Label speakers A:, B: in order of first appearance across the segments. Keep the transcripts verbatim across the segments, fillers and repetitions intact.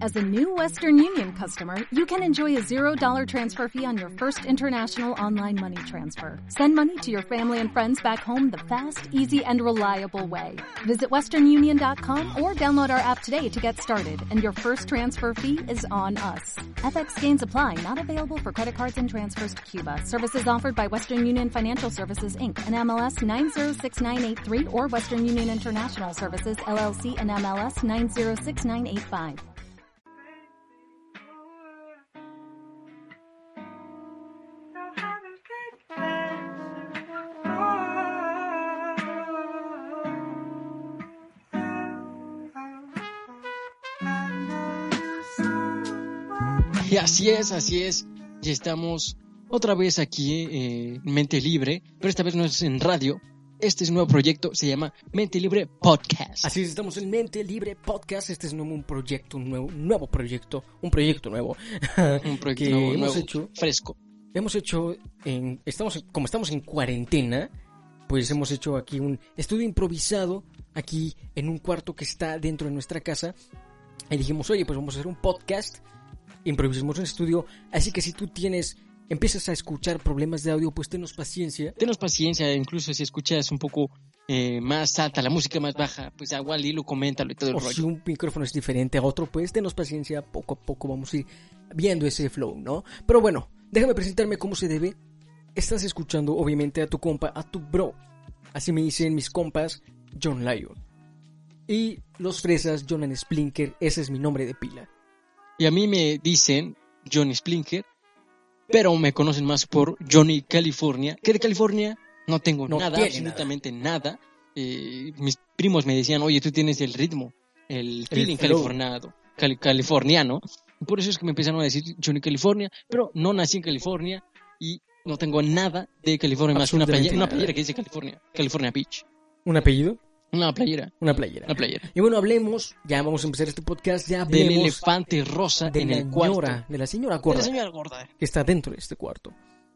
A: As a new Western Union customer, you can enjoy a zero dollars transfer fee on your first international online money transfer. Send money to your family and friends back home the fast, easy, and reliable way. Visit western union dot com or download our app today to get started, and your first transfer fee is on us. F X gains apply, not available for credit cards and transfers to Cuba. Services offered by Western Union Financial Services, Incorporated, and M L S nine zero six nine eight three or Western Union International Services, L L C, and M L S nine zero six nine eight five.
B: Y así es, así es. Ya estamos otra vez aquí en eh, Mente Libre, pero esta vez no es en radio. Este es un nuevo proyecto, se llama Mente Libre Podcast.
C: Así es, estamos en Mente Libre Podcast. Este es un, un proyecto, un nuevo, un nuevo proyecto, un proyecto nuevo.
B: Un proyecto
C: que
B: nuevo,
C: hemos
B: nuevo,
C: hecho,
B: fresco.
C: Hemos hecho, en, estamos, como estamos en cuarentena, pues hemos hecho aquí un estudio improvisado, aquí en un cuarto que está dentro de nuestra casa. Y dijimos, oye, pues vamos a hacer un podcast. Improvisamos un estudio, así que si tú tienes, empiezas a escuchar problemas de audio, pues tenos paciencia.
B: Tenos paciencia, incluso si escuchas un poco eh, más alta, la música más baja, pues igual hilo, coméntalo y todo el
C: o
B: rollo.
C: Si un micrófono es diferente a otro, pues tenos paciencia, poco a poco vamos a ir viendo ese flow, ¿no? Pero bueno, déjame presentarme cómo se debe. Estás escuchando, obviamente, a tu compa, a tu bro. Así me dicen mis compas, John Lyon. Y los fresas, Jonan Splinker, ese es mi nombre de pila.
B: Y a mí me dicen Johnny Splinker, pero me conocen más por Johnny California, que de California no tengo
C: no
B: nada, absolutamente nada. nada. Eh, mis primos me decían, oye, tú tienes el ritmo, el feeling el californiano, cali- californiano. Y por eso es que me empezaron a decir Johnny California, pero no nací en California y no tengo nada de California, más que una playera, una playera que dice California, California Beach.
C: ¿Un apellido?
B: Una playera.
C: Una playera.
B: Una playera.
C: Y bueno, hablemos, ya vamos a empezar este podcast, ya hablemos
B: del elefante rosa
C: de
B: en
C: la
B: el cuarto.
C: Señora, de la señora gorda.
B: De la señora gorda.
C: Que está dentro de este cuarto.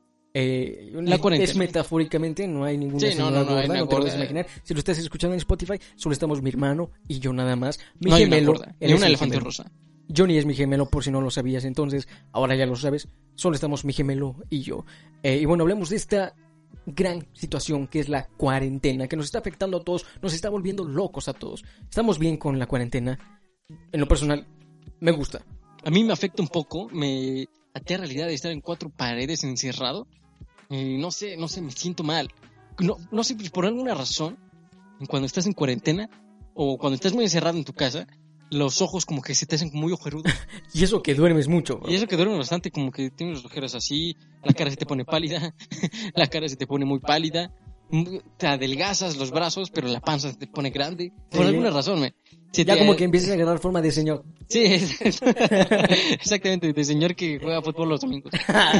C: Eh,
B: la cuarentena.
C: Es metafóricamente, no hay ninguna
B: sí,
C: señora
B: no, no,
C: gorda,
B: no,
C: no, no te lo puedes imaginar. Si lo estás escuchando en Spotify, solo estamos mi hermano y yo nada más. Mi
B: no
C: gemelo.
B: Hay una gorda, ni un elefante gemelo. Rosa.
C: Johnny es mi gemelo, por si no lo sabías, entonces ahora ya lo sabes. Solo estamos mi gemelo y yo. Eh, y bueno, hablemos de esta gran situación que es la cuarentena, que nos está afectando a todos, nos está volviendo locos a todos. Estamos bien con la cuarentena. En lo personal, me gusta.
B: A mí me afecta un poco, me aterra la idea de estar en cuatro paredes encerrado. Y no sé, no sé, me siento mal. No, no sé, por alguna razón, cuando estás en cuarentena o cuando estás muy encerrado en tu casa, los ojos como que se te hacen muy ojerudos.
C: Y eso que duermes mucho, bro.
B: Y eso que duermes bastante, como que tienes los ojeras así, la cara se te pone pálida, la cara se te pone muy pálida, te adelgazas los brazos, pero la panza se te pone grande. Por sí. alguna razón, me.
C: Se ya te... como que empiezas a agarrar forma de señor.
B: Sí, exactamente, de señor que juega fútbol los domingos.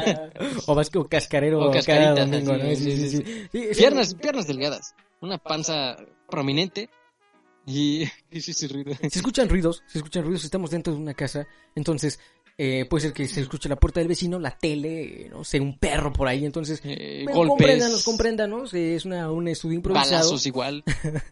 C: O vas como cascarero
B: o
C: cada domingo,
B: sí,
C: ¿no?
B: Sí, sí, sí. sí, sí. Piernas, piernas delgadas, una panza prominente. Y sí, sí, ruido.
C: Se escuchan ruidos, se escuchan ruidos, estamos dentro de una casa, entonces eh, puede ser que se escuche la puerta del vecino, la tele, no sé, un perro por ahí, entonces
B: eh,
C: bueno,
B: golpes,
C: compréndanos, compréndanos, es una, un estudio improvisado.
B: Balazos igual.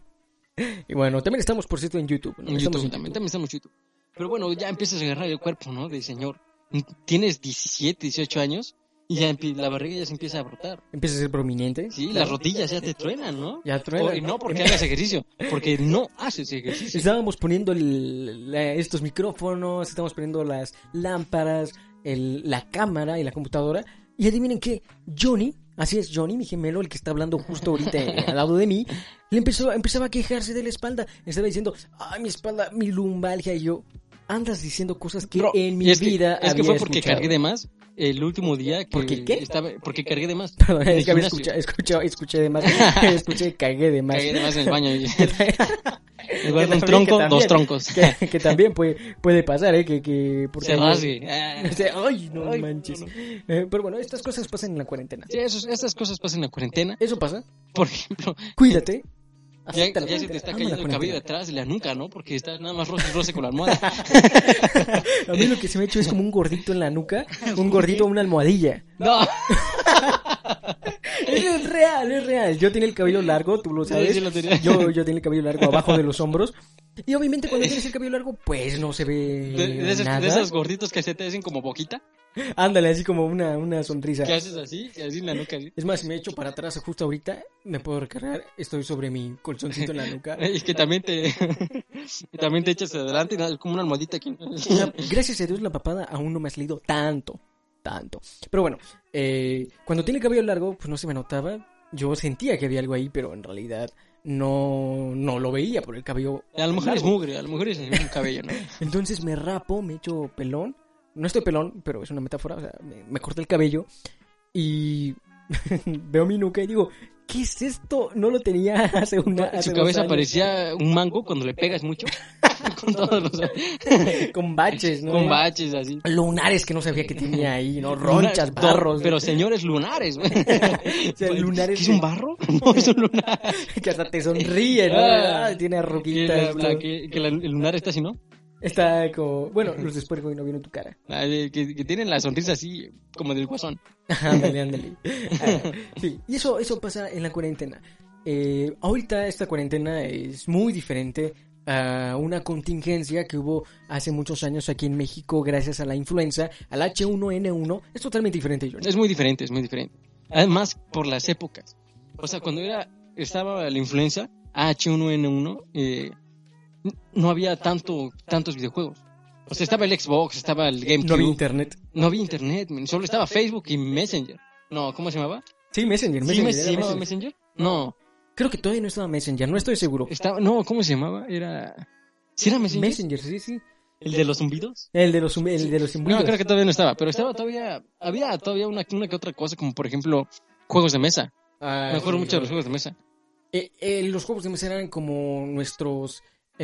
C: Y bueno, también estamos, por cierto, en YouTube, ¿no?
B: En
C: estamos
B: YouTube,
C: en
B: también, también estamos en YouTube. Pero bueno, ya empiezas a agarrar el cuerpo, ¿no? De señor. Tienes diecisiete, dieciocho años y ya la barriga ya se empieza a brotar.
C: Empieza a ser prominente.
B: Sí, claro. Las rodillas ya te truenan, ¿no?
C: Ya truenan.
B: Y no porque hagas ejercicio, porque no haces ejercicio.
C: Estábamos poniendo el, la, estos micrófonos, estamos poniendo las lámparas, el, la cámara y la computadora. Y adivinen qué, Johnny, así es Johnny, mi gemelo, el que está hablando justo ahorita al lado de mí, le empezó, empezaba a quejarse de la espalda. Estaba diciendo, ay, mi espalda, mi lumbalgia. Y yo, andas diciendo cosas que Bro, en mi
B: es
C: vida
B: que, Es que
C: había
B: fue porque
C: escuchado.
B: cargué de más el último día. Que
C: ¿Por qué qué?
B: Estaba, porque cargué de más.
C: Perdón, es que había escuchado, escuché, escuché de más. Escuché, cagué de más.
B: Cagué de más en el baño. En lugar de un tronco, también, dos troncos.
C: Que, que también puede, puede pasar, ¿eh? Que, que por
B: se rasgue.
C: Ay, no Ay, manches. No, no. Eh, pero bueno, estas cosas pasan en la cuarentena.
B: Sí, eso, estas cosas pasan en la cuarentena.
C: Eso pasa.
B: Por ejemplo.
C: Cuídate.
B: Ya, ya se te está cayendo el cabello detrás de la nuca, ¿no? Porque está nada más roce, roce con la almohada.
C: A mí lo que se me ha hecho es como un gordito en la nuca. Un gordito, una almohadilla.
B: No.
C: Es real, es real. Yo tenía el cabello largo, tú lo sabes.
B: Sí, sí lo tenía.
C: Yo, yo tenía el cabello largo abajo de los hombros. Y obviamente cuando tienes el cabello largo, pues no se ve
B: De, de esos,
C: nada.
B: de esos gorditos que se te hacen como boquita.
C: Ándale, así como una, una sonrisa.
B: Que haces así, que así en la nuca. Así.
C: Es más, si me echo para atrás justo ahorita, me puedo recargar, estoy sobre mi colchoncito en la nuca.
B: Es que también te, también te echas adelante, ¿no? Como una almohadita aquí.
C: La- gracias a Dios la papada aún no me ha salido tanto, tanto. Pero bueno, eh, cuando tiene el cabello largo, pues no se me notaba. Yo sentía que había algo ahí, pero en realidad no, no lo veía por el cabello.
B: A lo mejor es
C: largo.
B: mugre, a lo mejor es un cabello, ¿no?
C: Entonces me rapo, me echo pelón. No estoy pelón, pero es una metáfora. O sea, me, me corté el cabello y veo mi nuca y digo, ¿qué es esto? No lo tenía hace una. Hace
B: Su
C: dos
B: cabeza
C: años.
B: parecía un mango cuando le pegas mucho. Con todos los...
C: Con baches, ¿no?
B: Con baches, así.
C: Lunares que no sabía que tenía ahí, ¿no? Ronchas,
B: Luna-
C: barros.
B: Pero señores lunares, güey.
C: O sea, lunares
B: ¿Qué es
C: que-
B: un barro? No, es un lunar.
C: que hasta te sonríe, ¿no?
B: Ah,
C: Ah, tiene
B: Que,
C: arruguitas.
B: la- la-
C: todo.
B: que- que la- el lunar está así, ¿no?
C: Está como, bueno, los de Spider-Man no vieron tu cara.
B: La de- Que, que tienen la sonrisa así, como del guasón.
C: Ándale, ándale. Ah, sí, y eso, eso pasa en la cuarentena. Eh, ahorita esta cuarentena es muy diferente a una contingencia que hubo hace muchos años aquí en México gracias a la influenza, al H uno N uno. Es totalmente diferente, Johnny.
B: Es muy diferente, es muy diferente. Además, por las épocas. O sea, cuando era estaba la influenza H uno N uno, eh, no había tanto tantos videojuegos. O sea, estaba el Xbox, estaba el GameCube.
C: No había internet.
B: No había internet, man. Solo estaba Facebook y Messenger. No, ¿cómo se llamaba?
C: Sí, Messenger.
B: ¿Sí,
C: Messenger,
B: me-
C: era
B: ¿se llamaba
C: Messenger.
B: Messenger? No,
C: Creo que todavía no estaba Messenger, no estoy seguro.
B: estaba, no, ¿cómo se llamaba? Era... ¿Sí era Messenger?
C: Messenger, sí, sí.
B: ¿El de los zumbidos?
C: El de los, el de los
B: No,
C: imbuidos.
B: creo que todavía no estaba, pero estaba todavía, había todavía una, una que otra cosa, como por ejemplo, juegos de mesa.
C: Ah,
B: Me acuerdo
C: sí,
B: mucho de los
C: sí.
B: juegos de mesa.
C: Eh, eh, los juegos de mesa eran como nuestros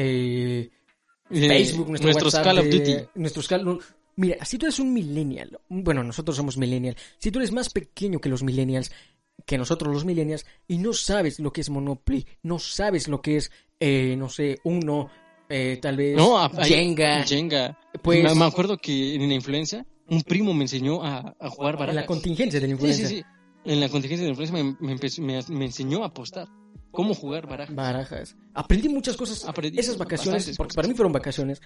C: eh,
B: Eh,
C: Facebook, nuestro
B: nuestros
C: WhatsApp
B: Call of
C: de-
B: Duty.
C: Nuestros Call no, Mira, si tú eres un millennial, bueno, nosotros somos millennial, si tú eres más pequeño que los millennials, que nosotros los millennials, y no sabes lo que es Monopoly, no sabes lo que es, eh, no sé, Uno, eh, tal vez
B: No, a- ahí-
C: Jenga,
B: Jenga.
C: Pues-
B: me, me acuerdo que en la influenza, un primo me enseñó a, a jugar
C: en
B: barajas.
C: la contingencia de la
B: Sí,
C: influencia.
B: sí, sí. En la contingencia de la influenza me, me, empezó- me- me enseñó a apostar. Cómo jugar barajas.
C: Barajas. Aprendí muchas cosas.
B: Aprendí
C: esas vacaciones,
B: bastantes
C: porque
B: cosas.
C: para mí fueron vacaciones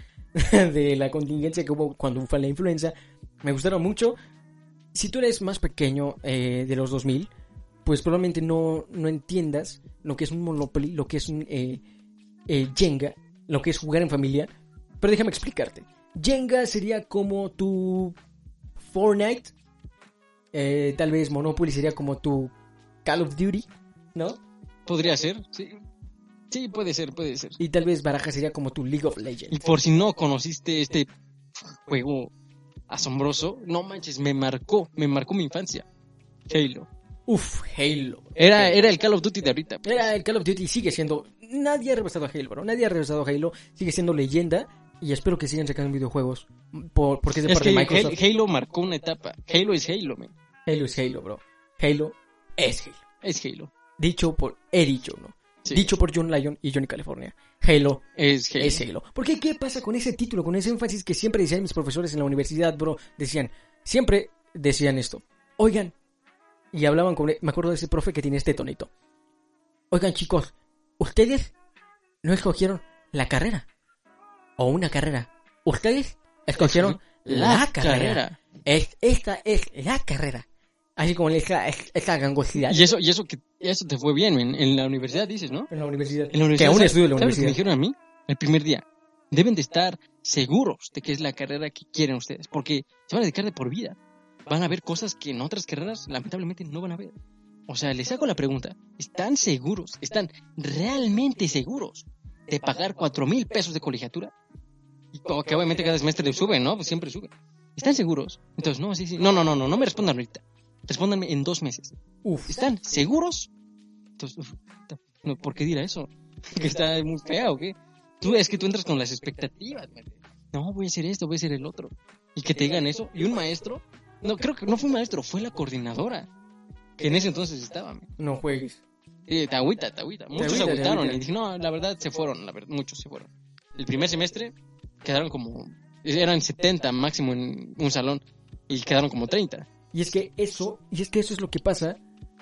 C: de la contingencia que hubo cuando fue la influenza. Me gustaron mucho. Si tú eres más pequeño eh, de los dos mil, pues probablemente no, no entiendas lo que es un Monopoly, lo que es un eh, eh, Jenga, lo que es jugar en familia. Pero déjame explicarte. Jenga sería como tu Fortnite. Eh, tal vez Monopoly sería como tu Call of Duty, ¿no?
B: Podría ser, sí. Sí, puede ser, puede ser.
C: Y tal vez Baraja sería como tu League of
B: Y
C: Legends.
B: por si no conociste este juego asombroso, no manches, me marcó, me marcó mi infancia. Halo.
C: Uf, Halo.
B: Era, era el Call of Duty de ahorita. pues.
C: Era el Call of Duty y sigue siendo... Nadie ha rebasado a Halo, bro. Nadie ha rebasado a Halo. Sigue siendo leyenda. Y espero que sigan sacando videojuegos. Por, porque es de
B: Es
C: parte
B: que
C: de Microsoft.
B: Halo, Halo marcó una etapa. Halo es Halo, man.
C: Halo es Halo, bro. Halo es Halo.
B: Es Halo.
C: Dicho por... He dicho, ¿no?
B: Sí.
C: Dicho por John Lyon y Johnny California. Halo
B: Es Halo.
C: es Halo. ¿Por qué? ¿Qué pasa con ese título? Con ese énfasis que siempre decían mis profesores en la universidad, bro. Decían... Siempre decían esto. Oigan... Y hablaban con... Me acuerdo de ese profe que tiene este tonito. Oigan, chicos. Ustedes no escogieron la carrera. O una carrera. Ustedes escogieron la, carrera. Es, esta es la carrera. Así como esa, esa gangosidad.
B: Y eso, y eso que eso te fue bien, man. En la universidad dices, ¿no?
C: En la universidad.
B: En la universidad.
C: Que aún
B: ¿sabes-
C: estudio en la
B: ¿sabes lo que me
C: universidad.
B: dijeron a mí? El primer día. Deben de estar seguros de que es la carrera que quieren ustedes. Porque se van a dedicar de por vida. Van a ver cosas que en otras carreras lamentablemente no van a ver. O sea, les hago la pregunta. ¿Están seguros? ¿Están realmente seguros de pagar cuatro mil pesos de colegiatura? Y como que obviamente cada semestre le suben, ¿no? Pues siempre sube. ¿Están seguros? Entonces, no, sí, sí. No, no, no, no, no me respondan ahorita. Respóndanme en dos meses.
C: Uf.
B: ¿Están seguros? Entonces, uf, no, ¿por qué dirá eso? ¿Que está muy fea o qué? Tú, es que tú entras con las expectativas. Man. No, voy a hacer esto, voy a hacer el otro. Y que te digan eso. Y un maestro, no, creo que no fue un maestro, fue la coordinadora. Que en ese entonces estaba. Man.
C: No juegues.
B: Sí, te agüita, te agüita. Muchos se
C: agüita, te
B: agüitaron
C: agüita.
B: y dije, no, la verdad se fueron, la verdad, muchos se fueron. El primer semestre quedaron como, eran setenta máximo en un salón y quedaron como treinta.
C: Y es que eso, y es que eso es lo que pasa. Eso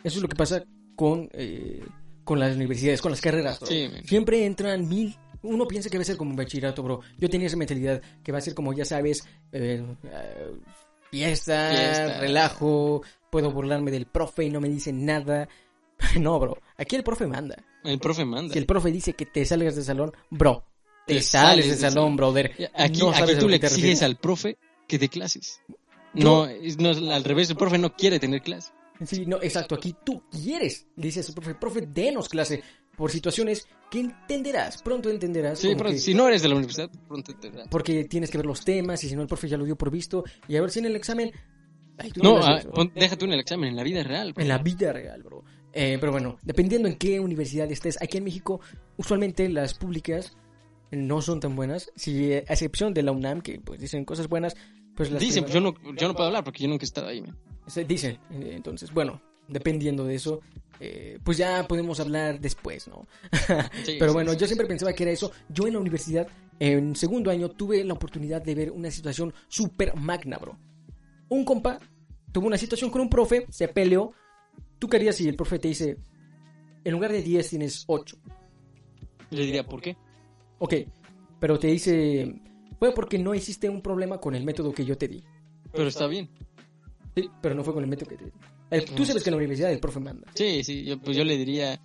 C: Eso es lo que pasa con, eh, con las universidades, con las carreras, bro.
B: Sí,
C: Siempre entran mil... Uno piensa que va a ser como un bachillerato, bro. Yo tenía esa mentalidad que va a ser como, ya sabes, eh, uh, fiesta,
B: Fiesta,
C: relajo, puedo burlarme del profe y no me dicen nada. No, bro. Aquí el profe manda.
B: El profe manda.
C: Si el profe dice que te salgas del salón, bro, te,
B: Te
C: sales
B: sales
C: del
B: del
C: salón,
B: salón.
C: brother.
B: Aquí,
C: No
B: aquí
C: sabes a
B: tú
C: lo
B: le
C: que te
B: exiges
C: refieres.
B: al profe que dé clases.
C: Yo-
B: No, es- no, es al revés, el profe no quiere tener clases.
C: Sí, no, exacto. Aquí tú quieres, le dices al profe, profe, denos clase por situaciones que entenderás, pronto entenderás.
B: Sí,
C: como
B: pero
C: que-
B: si no eres de la universidad, pronto te da.
C: Porque tienes que ver los temas y si no el profe ya lo dio por visto y a ver si en el examen... Ay, tú
B: No,
C: las
B: ah,
C: ves, bro.
B: pon- deja tú en el examen, en la vida real. bro.
C: En la vida real, bro. Eh, pero bueno, dependiendo en qué universidad estés, aquí en México, usualmente las públicas no son tan buenas. Si, eh, a excepción de la UNAM, que pues dicen cosas buenas, pues las
B: Dicen,
C: privadas-
B: pues yo no, yo no puedo hablar porque yo nunca he estado ahí. man.
C: se dicen. Eh, Entonces, bueno, dependiendo de eso, eh, pues ya podemos hablar después, ¿no?
B: Sí,
C: Pero
B: sí,
C: bueno,
B: sí.
C: yo siempre pensaba que era eso. Yo en la universidad, en segundo año, tuve la oportunidad de ver una situación súper magna, bro. Un compa tuvo una situación con un profe, se peleó. ¿Tú qué harías si el profe te dice, en lugar de diez tienes ocho?
B: Le diría, ¿por qué?
C: Ok, pero te dice, fue porque no hiciste un problema con el método que yo te di.
B: Pero está bien.
C: Sí, pero no fue con el método que te di. El- tú sabes que en la universidad el profe manda.
B: Sí, sí, yo, pues yo le diría,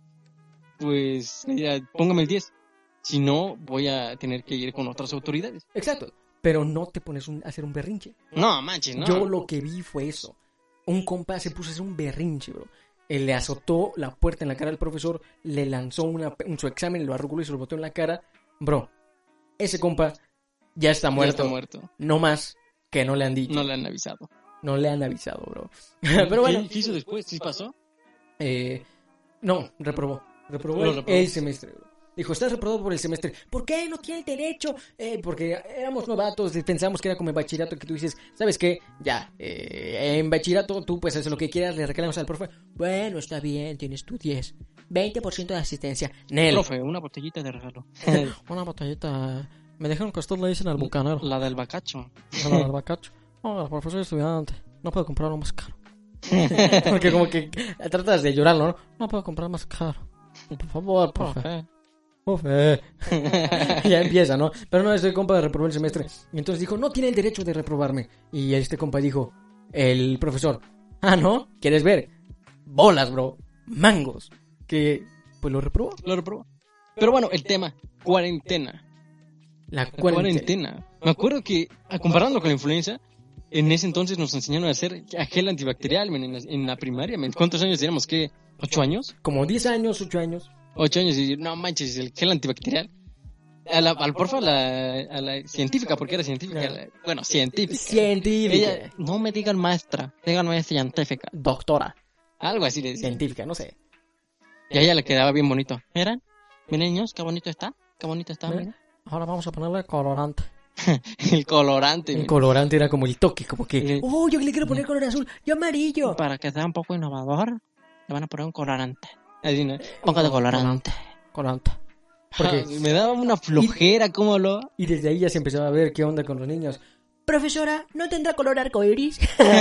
B: pues, le diría, póngame el diez. Si no, voy a tener que ir con otras autoridades.
C: Exacto, pero no te pones un- a hacer un berrinche.
B: No, manches, no.
C: Yo lo que vi fue eso. Un compa se puso a hacer un berrinche, bro. Él le azotó la puerta en la cara al profesor, le lanzó una, un, su examen, lo arrugó y se lo botó en la cara. Bro, ese compa ya está
B: Ya
C: muerto.
B: está muerto.
C: No más que no le han dicho.
B: No le han avisado.
C: No le han avisado, bro. Pero bueno,
B: ¿Qué, qué hizo después? ¿Sí pasó?
C: eh, no, reprobó. Reprobó
B: Lo
C: el,
B: reprobó.
C: el semestre, bro. Dijo, estás reprobado por el semestre. ¿Por qué? No tiene derecho. Eh, porque éramos novatos, pensamos que era como en bachillerato que tú dices, ¿sabes qué? Ya, eh, en bachillerato tú puedes hacer lo que quieras, le reclamas al profe. Bueno, está bien, tienes tu diez. veinte por ciento de asistencia. Nel.
B: Profe, una botellita de regalo.
C: Una botellita. Me dejaron que usted le dicen al bucanero.
B: La del bacacho.
C: A la bacacho. No, profesor estudiante. No puedo comprarlo más caro. Porque como que tratas de llorarlo, ¿no? No puedo comprar más caro. Por favor, profe.
B: Profe.
C: Profe. Ya empieza, ¿no? Pero no, ese compa reprobó el semestre. Y entonces dijo, no tiene el derecho de reprobarme. Y este compa dijo, el profesor, ah, ¿no? ¿Quieres ver? Bolas, bro. Mangos. Que, pues lo reprobó.
B: Lo reprobó. Pero bueno, el tema, cuarentena.
C: La
B: La
C: cuarentena.
B: cuarentena. Me acuerdo que, ah, comparando con la influenza, en ese entonces nos enseñaron a hacer gel antibacterial, men, en, la, en la primaria. Men. ¿Cuántos años teníamos? ¿Qué? ¿Ocho años?
C: Como diez años, ocho años.
B: Ocho años y no manches, el gel antibacterial. A la, al porfa, a la, a la científica, porque era científica. la- bueno, científica.
C: Científica.
B: Ella, no me digan maestra, díganme científica.
C: Doctora.
B: Algo así le decía.
C: Científica, no sé.
B: Y a ella le quedaba bien bonito. ¿Miren? Miren, niños, qué bonito está. Qué bonito está,
C: Mira,
B: miren.
C: ahora vamos a ponerle colorante.
B: El colorante,
C: El
B: men.
C: colorante era como el toque, como que,
B: Sí.
C: oh, yo le quiero poner color azul, yo amarillo.
B: Para que sea un poco innovador, le van a poner un colorante. Así, ¿no? Un poco de colorante.
C: Colorante. Porque,
B: Ah, me daba una flojera, ¿cómo lo...?
C: y desde ahí ya se empezaba a ver qué onda con los niños. Profesora, ¿no tendrá color arcoiris?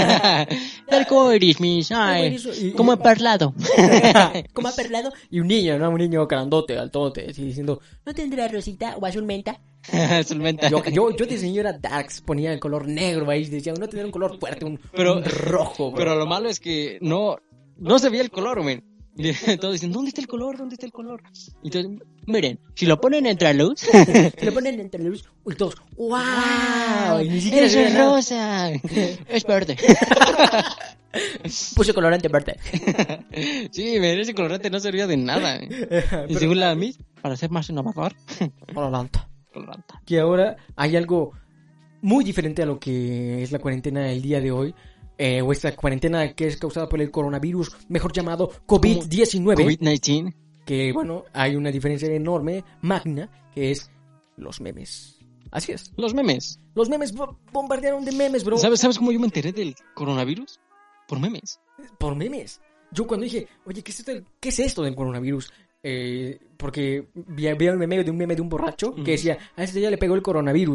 B: Arco iris, mis. Ay,
C: Arcoiris y-
B: como he parlado.
C: Como ha perlado. Y un niño, ¿no? Un niño grandote, altote, así diciendo, ¿no tendrá rosita o azul menta?
B: Solamente.
C: Yo, yo, yo de señora Darks ponía el color negro ahí, decía, no tendrá un color fuerte, un,
B: Pero-
C: un rojo, bro.
B: Pero lo malo es que no, no se veía el color, men. Y todos dicen, ¿dónde está el color? ¿Dónde está el color? Y todos, miren, si lo ponen entre luz,
C: Se le ponen entre luz, y todos, ¡wow! Y ni siquiera
B: eso
C: se ve
B: es
C: nada.
B: rosa. Es verde.
C: Puse colorante verde.
B: Sí, men, ese colorante no servía de nada. men. Y según la Miss, para ser más innovador,
C: Colorante.
B: colorante.
C: Que ahora hay algo muy diferente a lo que es la cuarentena el día de hoy. Eh, o esta cuarentena que es causada por el coronavirus, mejor llamado COVID diecinueve.
B: COVID diecinueve.
C: Que bueno, hay una diferencia enorme, magna, que es los memes. Así es.
B: Los memes.
C: Los memes bo- bombardearon de memes, bro.
B: ¿Sabes, ¿Sabes cómo yo me enteré del coronavirus? Por memes.
C: Por memes. Yo cuando dije, oye, ¿qué es esto, ¿qué es esto del coronavirus? Eh, porque vi, vi un meme de un meme de un borracho que decía, a este ya le pegó el coronavirus.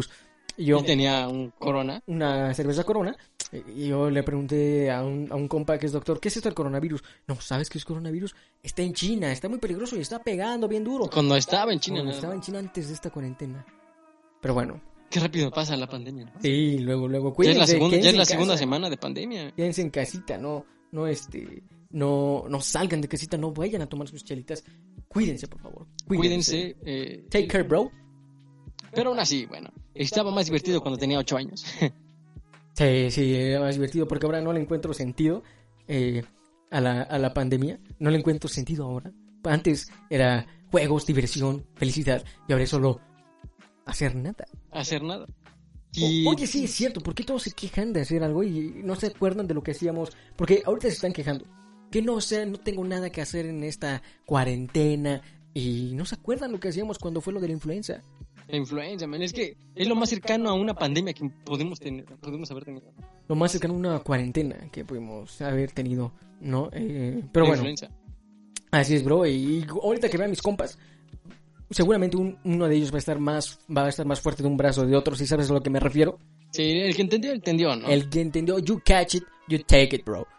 C: Y yo
B: y tenía un Corona.
C: Una cerveza Corona. Y yo le pregunté a un, a un compa que es doctor, ¿qué es esto del coronavirus? No, ¿sabes qué es coronavirus? Está en China, está muy peligroso y está pegando bien duro.
B: Cuando estaba en China.
C: Cuando
B: ¿no?
C: estaba en China antes de esta cuarentena. Pero bueno.
B: Qué rápido pasa la pandemia, ¿no?
C: Sí, luego, luego.
B: Ya
C: Cuídense,
B: es la segunda, ya es la
C: quédense en
B: segunda
C: casa.
B: semana de pandemia.
C: Quédense en casita, no, no, este, no, no salgan de casita, no vayan a tomar sus chelitas. Cuídense, por favor.
B: Cuídense. eh,
C: Take care, bro.
B: Pero aún así, bueno, estaba más divertido cuando tenía ocho años.
C: Sí, sí, era más divertido porque ahora no le encuentro sentido eh, a, la, a la pandemia. No le encuentro sentido ahora. Antes era juegos, diversión, felicidad y ahora es solo hacer nada.
B: Hacer nada.
C: O-
B: Y
C: Oye, sí, es cierto. ¿Por qué todos se quejan de hacer algo y no se acuerdan de lo que hacíamos? Porque ahorita se están quejando. Que no sé, no tengo nada que hacer en esta cuarentena y no se acuerdan lo que hacíamos cuando fue lo de la influenza.
B: la influenza, man, es que es lo más cercano a una pandemia que podemos tener, podemos haber tenido.
C: Lo más cercano a una cuarentena que pudimos haber tenido, ¿no? Eh, pero
B: La
C: bueno,
B: influenza.
C: así es, bro. Y ahorita que vean mis compas, seguramente un- uno de ellos va a estar más va a estar más fuerte de un brazo de otro, si sabes a lo que me refiero.
B: Sí, el que entendió, entendió, ¿no?
C: El que entendió, you catch it, you take it, bro.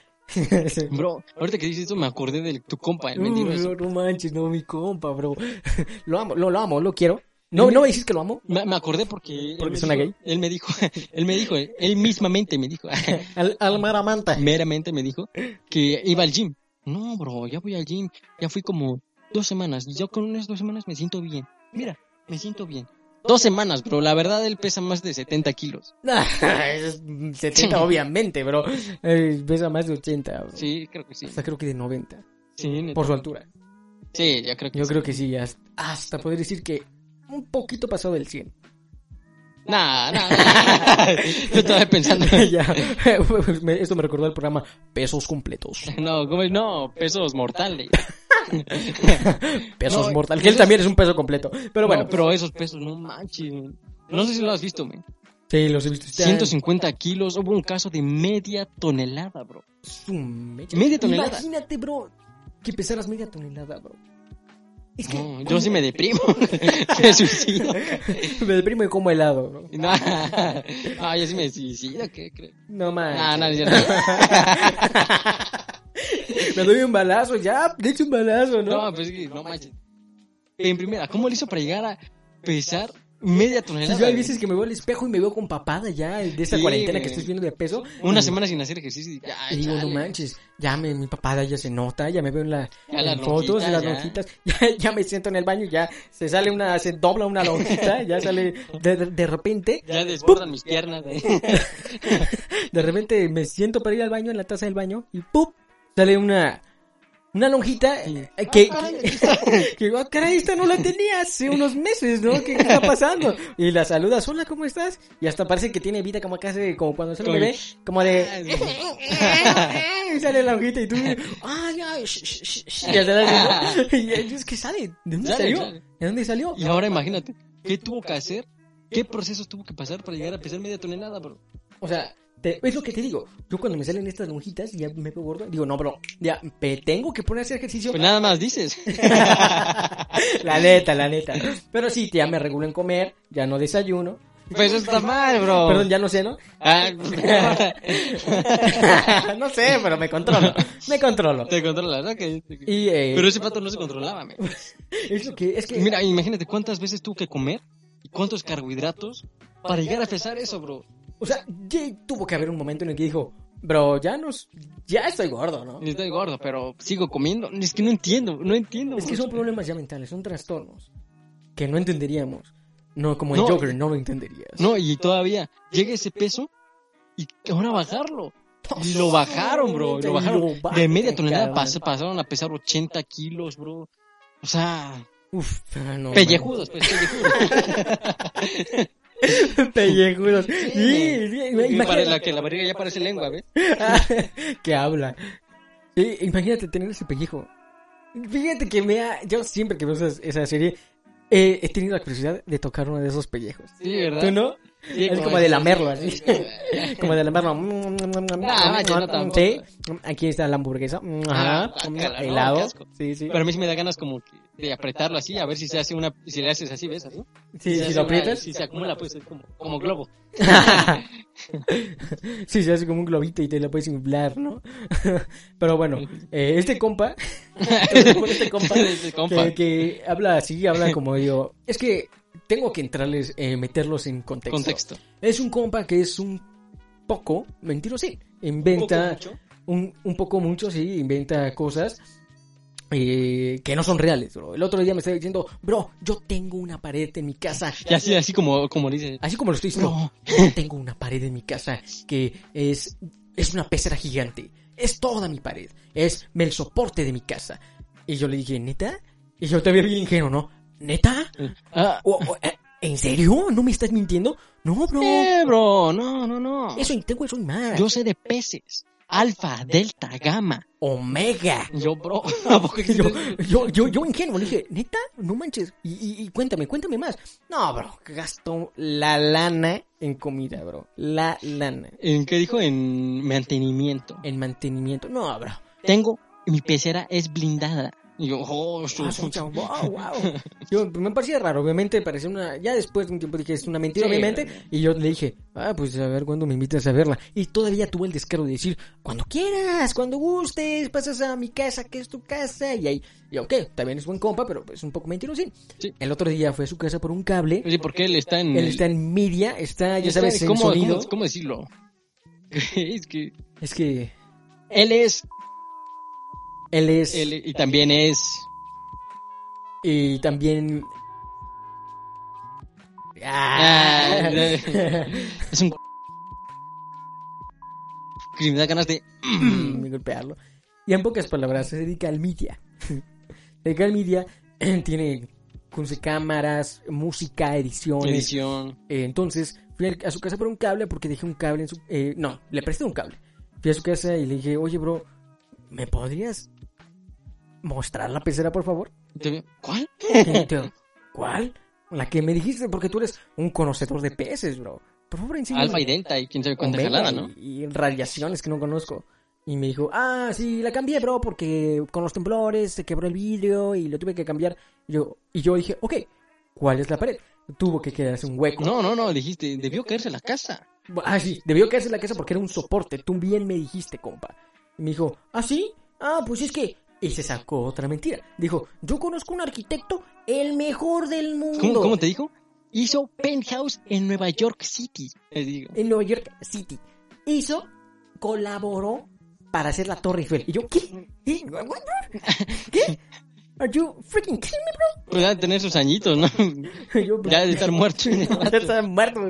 B: Bro, ahorita que dices esto me acordé de tu compa, el
C: Uh,
B: mentiroso.
C: no, no manches, no, mi compa, bro. Lo amo, lo, lo amo, lo quiero. No, no me dices que lo amo.
B: Me, me acordé porque...
C: ¿Porque
B: él me
C: suena
B: dijo-
C: gay?
B: Él me dijo, él me dijo, él mismamente me dijo,
C: Al, al maramanta.
B: meramente me dijo que iba al gym. No, bro, ya voy al gym, ya fui como dos semanas. Y yo con unas dos semanas me siento bien. Mira, me siento bien. Dos semanas, bro, la verdad él pesa más de setenta kilos.
C: Es setenta, obviamente, bro. Eh, pesa más de ochenta, bro.
B: Sí, creo que sí.
C: Hasta creo que de noventa.
B: Sí, neta.
C: Por su altura.
B: Sí, ya creo que
C: Yo
B: sí.
C: creo que sí, hasta, hasta poder decir que un poquito pasado del cien.
B: Nah, nah, nah. Yo estaba pensando.
C: Ya. Me- Esto me recordó el programa Pesos Completos.
B: No, ¿cómo es? No, pesos mortales.
C: Pesos
B: No,
C: mortales. Que él
B: esos-
C: también es un peso completo. Pero bueno,
B: No, pero esos pesos, no manches. No sé si lo has visto, man.
C: sí, los he visto. Están-
B: ciento cincuenta kilos. Hubo un caso de media tonelada, bro.
C: Su mecha.
B: Media tonelada.
C: Imagínate, bro, que pesaras media tonelada, bro. Es que
B: No, yo sí me deprimo. Me suicido.
C: me deprimo y como helado, bro.
B: No, ah, yo sí me suicido, ¿qué crees?
C: No manches.
B: Ah, no, es cierto.
C: Me doy un balazo, ya, de hecho un balazo, ¿no?
B: No, pues es que no manches. En primera, ¿cómo le hizo para llegar a pesar media
C: Sí,
B: tonelada?
C: yo hay
B: güey?
C: veces que me veo al espejo y me veo con papada ya de esta
B: Sí,
C: cuarentena
B: güey.
C: que estoy viendo de peso.
B: Una
C: Y-
B: semana sin hacer ejercicio y ya,
C: Y digo, no
B: chale.
C: manches, ya me, mi papada ya se nota, ya me veo en, la,
B: Ya
C: en
B: las
C: fotos,
B: lonjitas,
C: en las
B: ya.
C: lonjitas, ya, ya me siento en el baño, ya se sale una, se dobla una lonjita, ya sale de, de, de repente,
B: Ya desbordan mis piernas. ¿eh?
C: de repente me siento para ir al baño en la taza del baño y ¡pum! Sale una, una lonjita eh, que, que, que, ah, caray, esta no la tenía hace unos meses, ¿no? ¿Qué, qué está pasando? Y la saludas, hola, ¿cómo estás? Y hasta parece que tiene vida como acá, se- como cuando sale un
B: Como-
C: bebé, como de...
B: Ah,
C: Y sale la hojita y tú, ah, ya, sh, sh, sh, sh, ya sale así, ¿no? Y es que sale, ¿de dónde
B: Sale,
C: salió?
B: sale.
C: ¿De dónde salió?
B: Y ahora imagínate, ¿qué tuvo que hacer? ¿Qué procesos tuvo que pasar para llegar a pesar media tonelada, bro?
C: O sea, te- es lo que te digo, yo cuando me salen estas lonjitas y ya me veo gordo, digo, no, bro, ya, me tengo que poner a hacer ejercicio.
B: Pues nada más dices.
C: La neta, la neta. Pero sí, ya me regulo en comer, ya no desayuno.
B: Pues eso está mal, bro.
C: Perdón, ya no sé, ¿no?
B: Ah,
C: No sé, pero me controlo, me controlo.
B: te controlas, ¿no? Que-
C: Y, eh,
B: Pero ese pato no se controlaba, me.
C: es lo que, es que...
B: Mira, imagínate cuántas veces tuvo que comer y cuántos carbohidratos para llegar a pesar eso, bro.
C: O sea, ya tuvo que haber un momento en el que dijo, bro, ya no, ya estoy gordo, ¿no?
B: Y estoy gordo, pero sigo comiendo. Es que no entiendo, no entiendo.
C: Es que
B: bro.
C: son problemas ya mentales, son trastornos que no entenderíamos. No, como el
B: No.
C: Joker, no lo entenderías.
B: No, y todavía llega ese peso y ahora bajarlo. Y lo bajaron, bro. Lo bajaron.
C: Lo bajan,
B: De media tonelada
C: cabrón.
B: pas- pasaron a pesar ochenta kilos, bro. O sea,
C: Uf, ah, no,
B: pellejudos, pues, pellejudos.
C: man. Pellejudos. Sí, sí,
B: Y para
C: imagínate.
B: la que la barriga ya parece lengua, ¿ves?
C: Que habla. Sí, imagínate tener ese pellejo. Fíjate que me ha... Yo siempre que veo esa, esa serie eh, he tenido la curiosidad de tocar uno de esos pellejos.
B: Sí, ¿verdad?
C: ¿Tú no?
B: Sí,
C: Es como de lamerlo, así.
B: Sí.
C: Como de lamerlo.
B: manches, no tampoco.
C: Sí. Aquí está la hamburguesa. Ajá.
B: Ah, guácala, no, qué
C: Helado.
B: asco.
C: Sí, sí.
B: Pero a mí sí me da ganas como que de apretarlo así, a ver si se hace una, si le haces así, ¿ves? Así.
C: Sí,
B: si
C: si
B: hace
C: lo
B: una-
C: aprietas.
B: si se acumula, pues es como, como globo.
C: Sí, se hace como un globito y te lo puedes inflar, ¿no? Pero bueno, eh, este compa, este compa,
B: Este compa.
C: Que, que habla así, habla como yo. Es que tengo que entrarles, eh, meterlos en contexto.
B: Contexto.
C: Es un compa que es un poco mentiroso, sí. Inventa
B: Un poco mucho.
C: un, un poco mucho, sí, inventa cosas eh, que no son reales, bro. El otro día me estaba diciendo, bro, yo tengo una pared en mi casa.
B: Y así, así como, como dice.
C: Así como lo estoy diciendo,
B: No.
C: yo tengo una pared en mi casa que es, es una pecera gigante. Es toda mi pared. Es el soporte de mi casa. Y yo le dije, ¿neta? Y yo te vi bien ingenuo, ¿no? ¿Neta?
B: Ah,
C: O- o, eh, ¿En serio? ¿No me estás mintiendo? No, bro.
B: eh, bro, no, no, no.
C: Eso tengo eso y más.
B: Yo sé de peces. Alfa, delta, gamma.
C: Omega.
B: Yo, bro, ¿a poco
C: yo, yo, yo, yo ingenuo, le dije, ¿neta? No manches. Y, y, y cuéntame, cuéntame más. No, bro, gasto la lana en comida, bro. La lana.
B: ¿En qué dijo? En mantenimiento.
C: En mantenimiento. No, bro.
B: Tengo, mi pecera es blindada. Y yo, oh, su-
C: Ah,
B: su-
C: wow, wow. Yo, me parecía raro, obviamente, parecía una... Ya después de un tiempo dije, es una mentira,
B: Sí.
C: obviamente. Y yo le dije, ah, pues a ver cuándo me invitas a verla. Y todavía tuve el descaro de decir, cuando quieras, cuando gustes, pasas a mi casa, que es tu casa. Y ahí, y ok, también es buen compa, pero pues un poco mentirosín.
B: Sí.
C: El otro día fue a su casa por un cable.
B: Oye, porque él está en...
C: Él está en media, está, ya
B: está-
C: sabes, en
B: ¿cómo,
C: sonido.
B: ¿cómo, cómo decirlo? Es que
C: Es que
B: él es...
C: él es...
B: Él, y también es...
C: Y también...
B: Ah,
C: Ah.
B: es un... Que me da ganas de...
C: de golpearlo. Y en pocas palabras, se dedica al media. Se dedica al media, tiene con sus cámaras, música, ediciones.
B: Edición.
C: Eh, entonces, fui al- a su casa por un cable porque dejé un cable en su... eh, no, le presté un cable. Fui a su casa y le dije, oye, bro, ¿me podrías mostrar la pecera, por favor?
B: Te- ¿Cuál?
C: Y yo, ¿cuál? La que me dijiste, porque tú eres un conocedor de peces, bro. Por favor, enséñame.
B: Alfa y delta y quién sabe cuánta
C: Omega
B: jalada, ¿no?
C: Y, y radiaciones que no conozco. Y me dijo, ah, sí, la cambié, bro, porque con los temblores se quebró el vidrio y lo tuve que cambiar. Y yo, y yo dije, ok, ¿cuál es la pared? Tuvo que quedarse un hueco.
B: No, no, no, dijiste, debió caerse la casa.
C: Ah, sí, debió quedarse en la casa porque era un soporte. Tú bien me dijiste, compa. Y me dijo, ¿ah, sí? Ah, pues es que... Y se sacó otra mentira. Dijo, yo conozco un arquitecto, el mejor del mundo.
B: ¿Cómo, cómo te dijo? Hizo penthouse en Nueva York City. Les digo.
C: En Nueva York City. Hizo, colaboró para hacer la Torre Eiffel. Y yo, ¿qué? ¿Qué? What? ¿Qué? Are you freaking kidding me, bro?
B: Pues ya de tener sus añitos, ¿no?
C: Yo,
B: Ya de estar muerto.
C: Ya está muerto.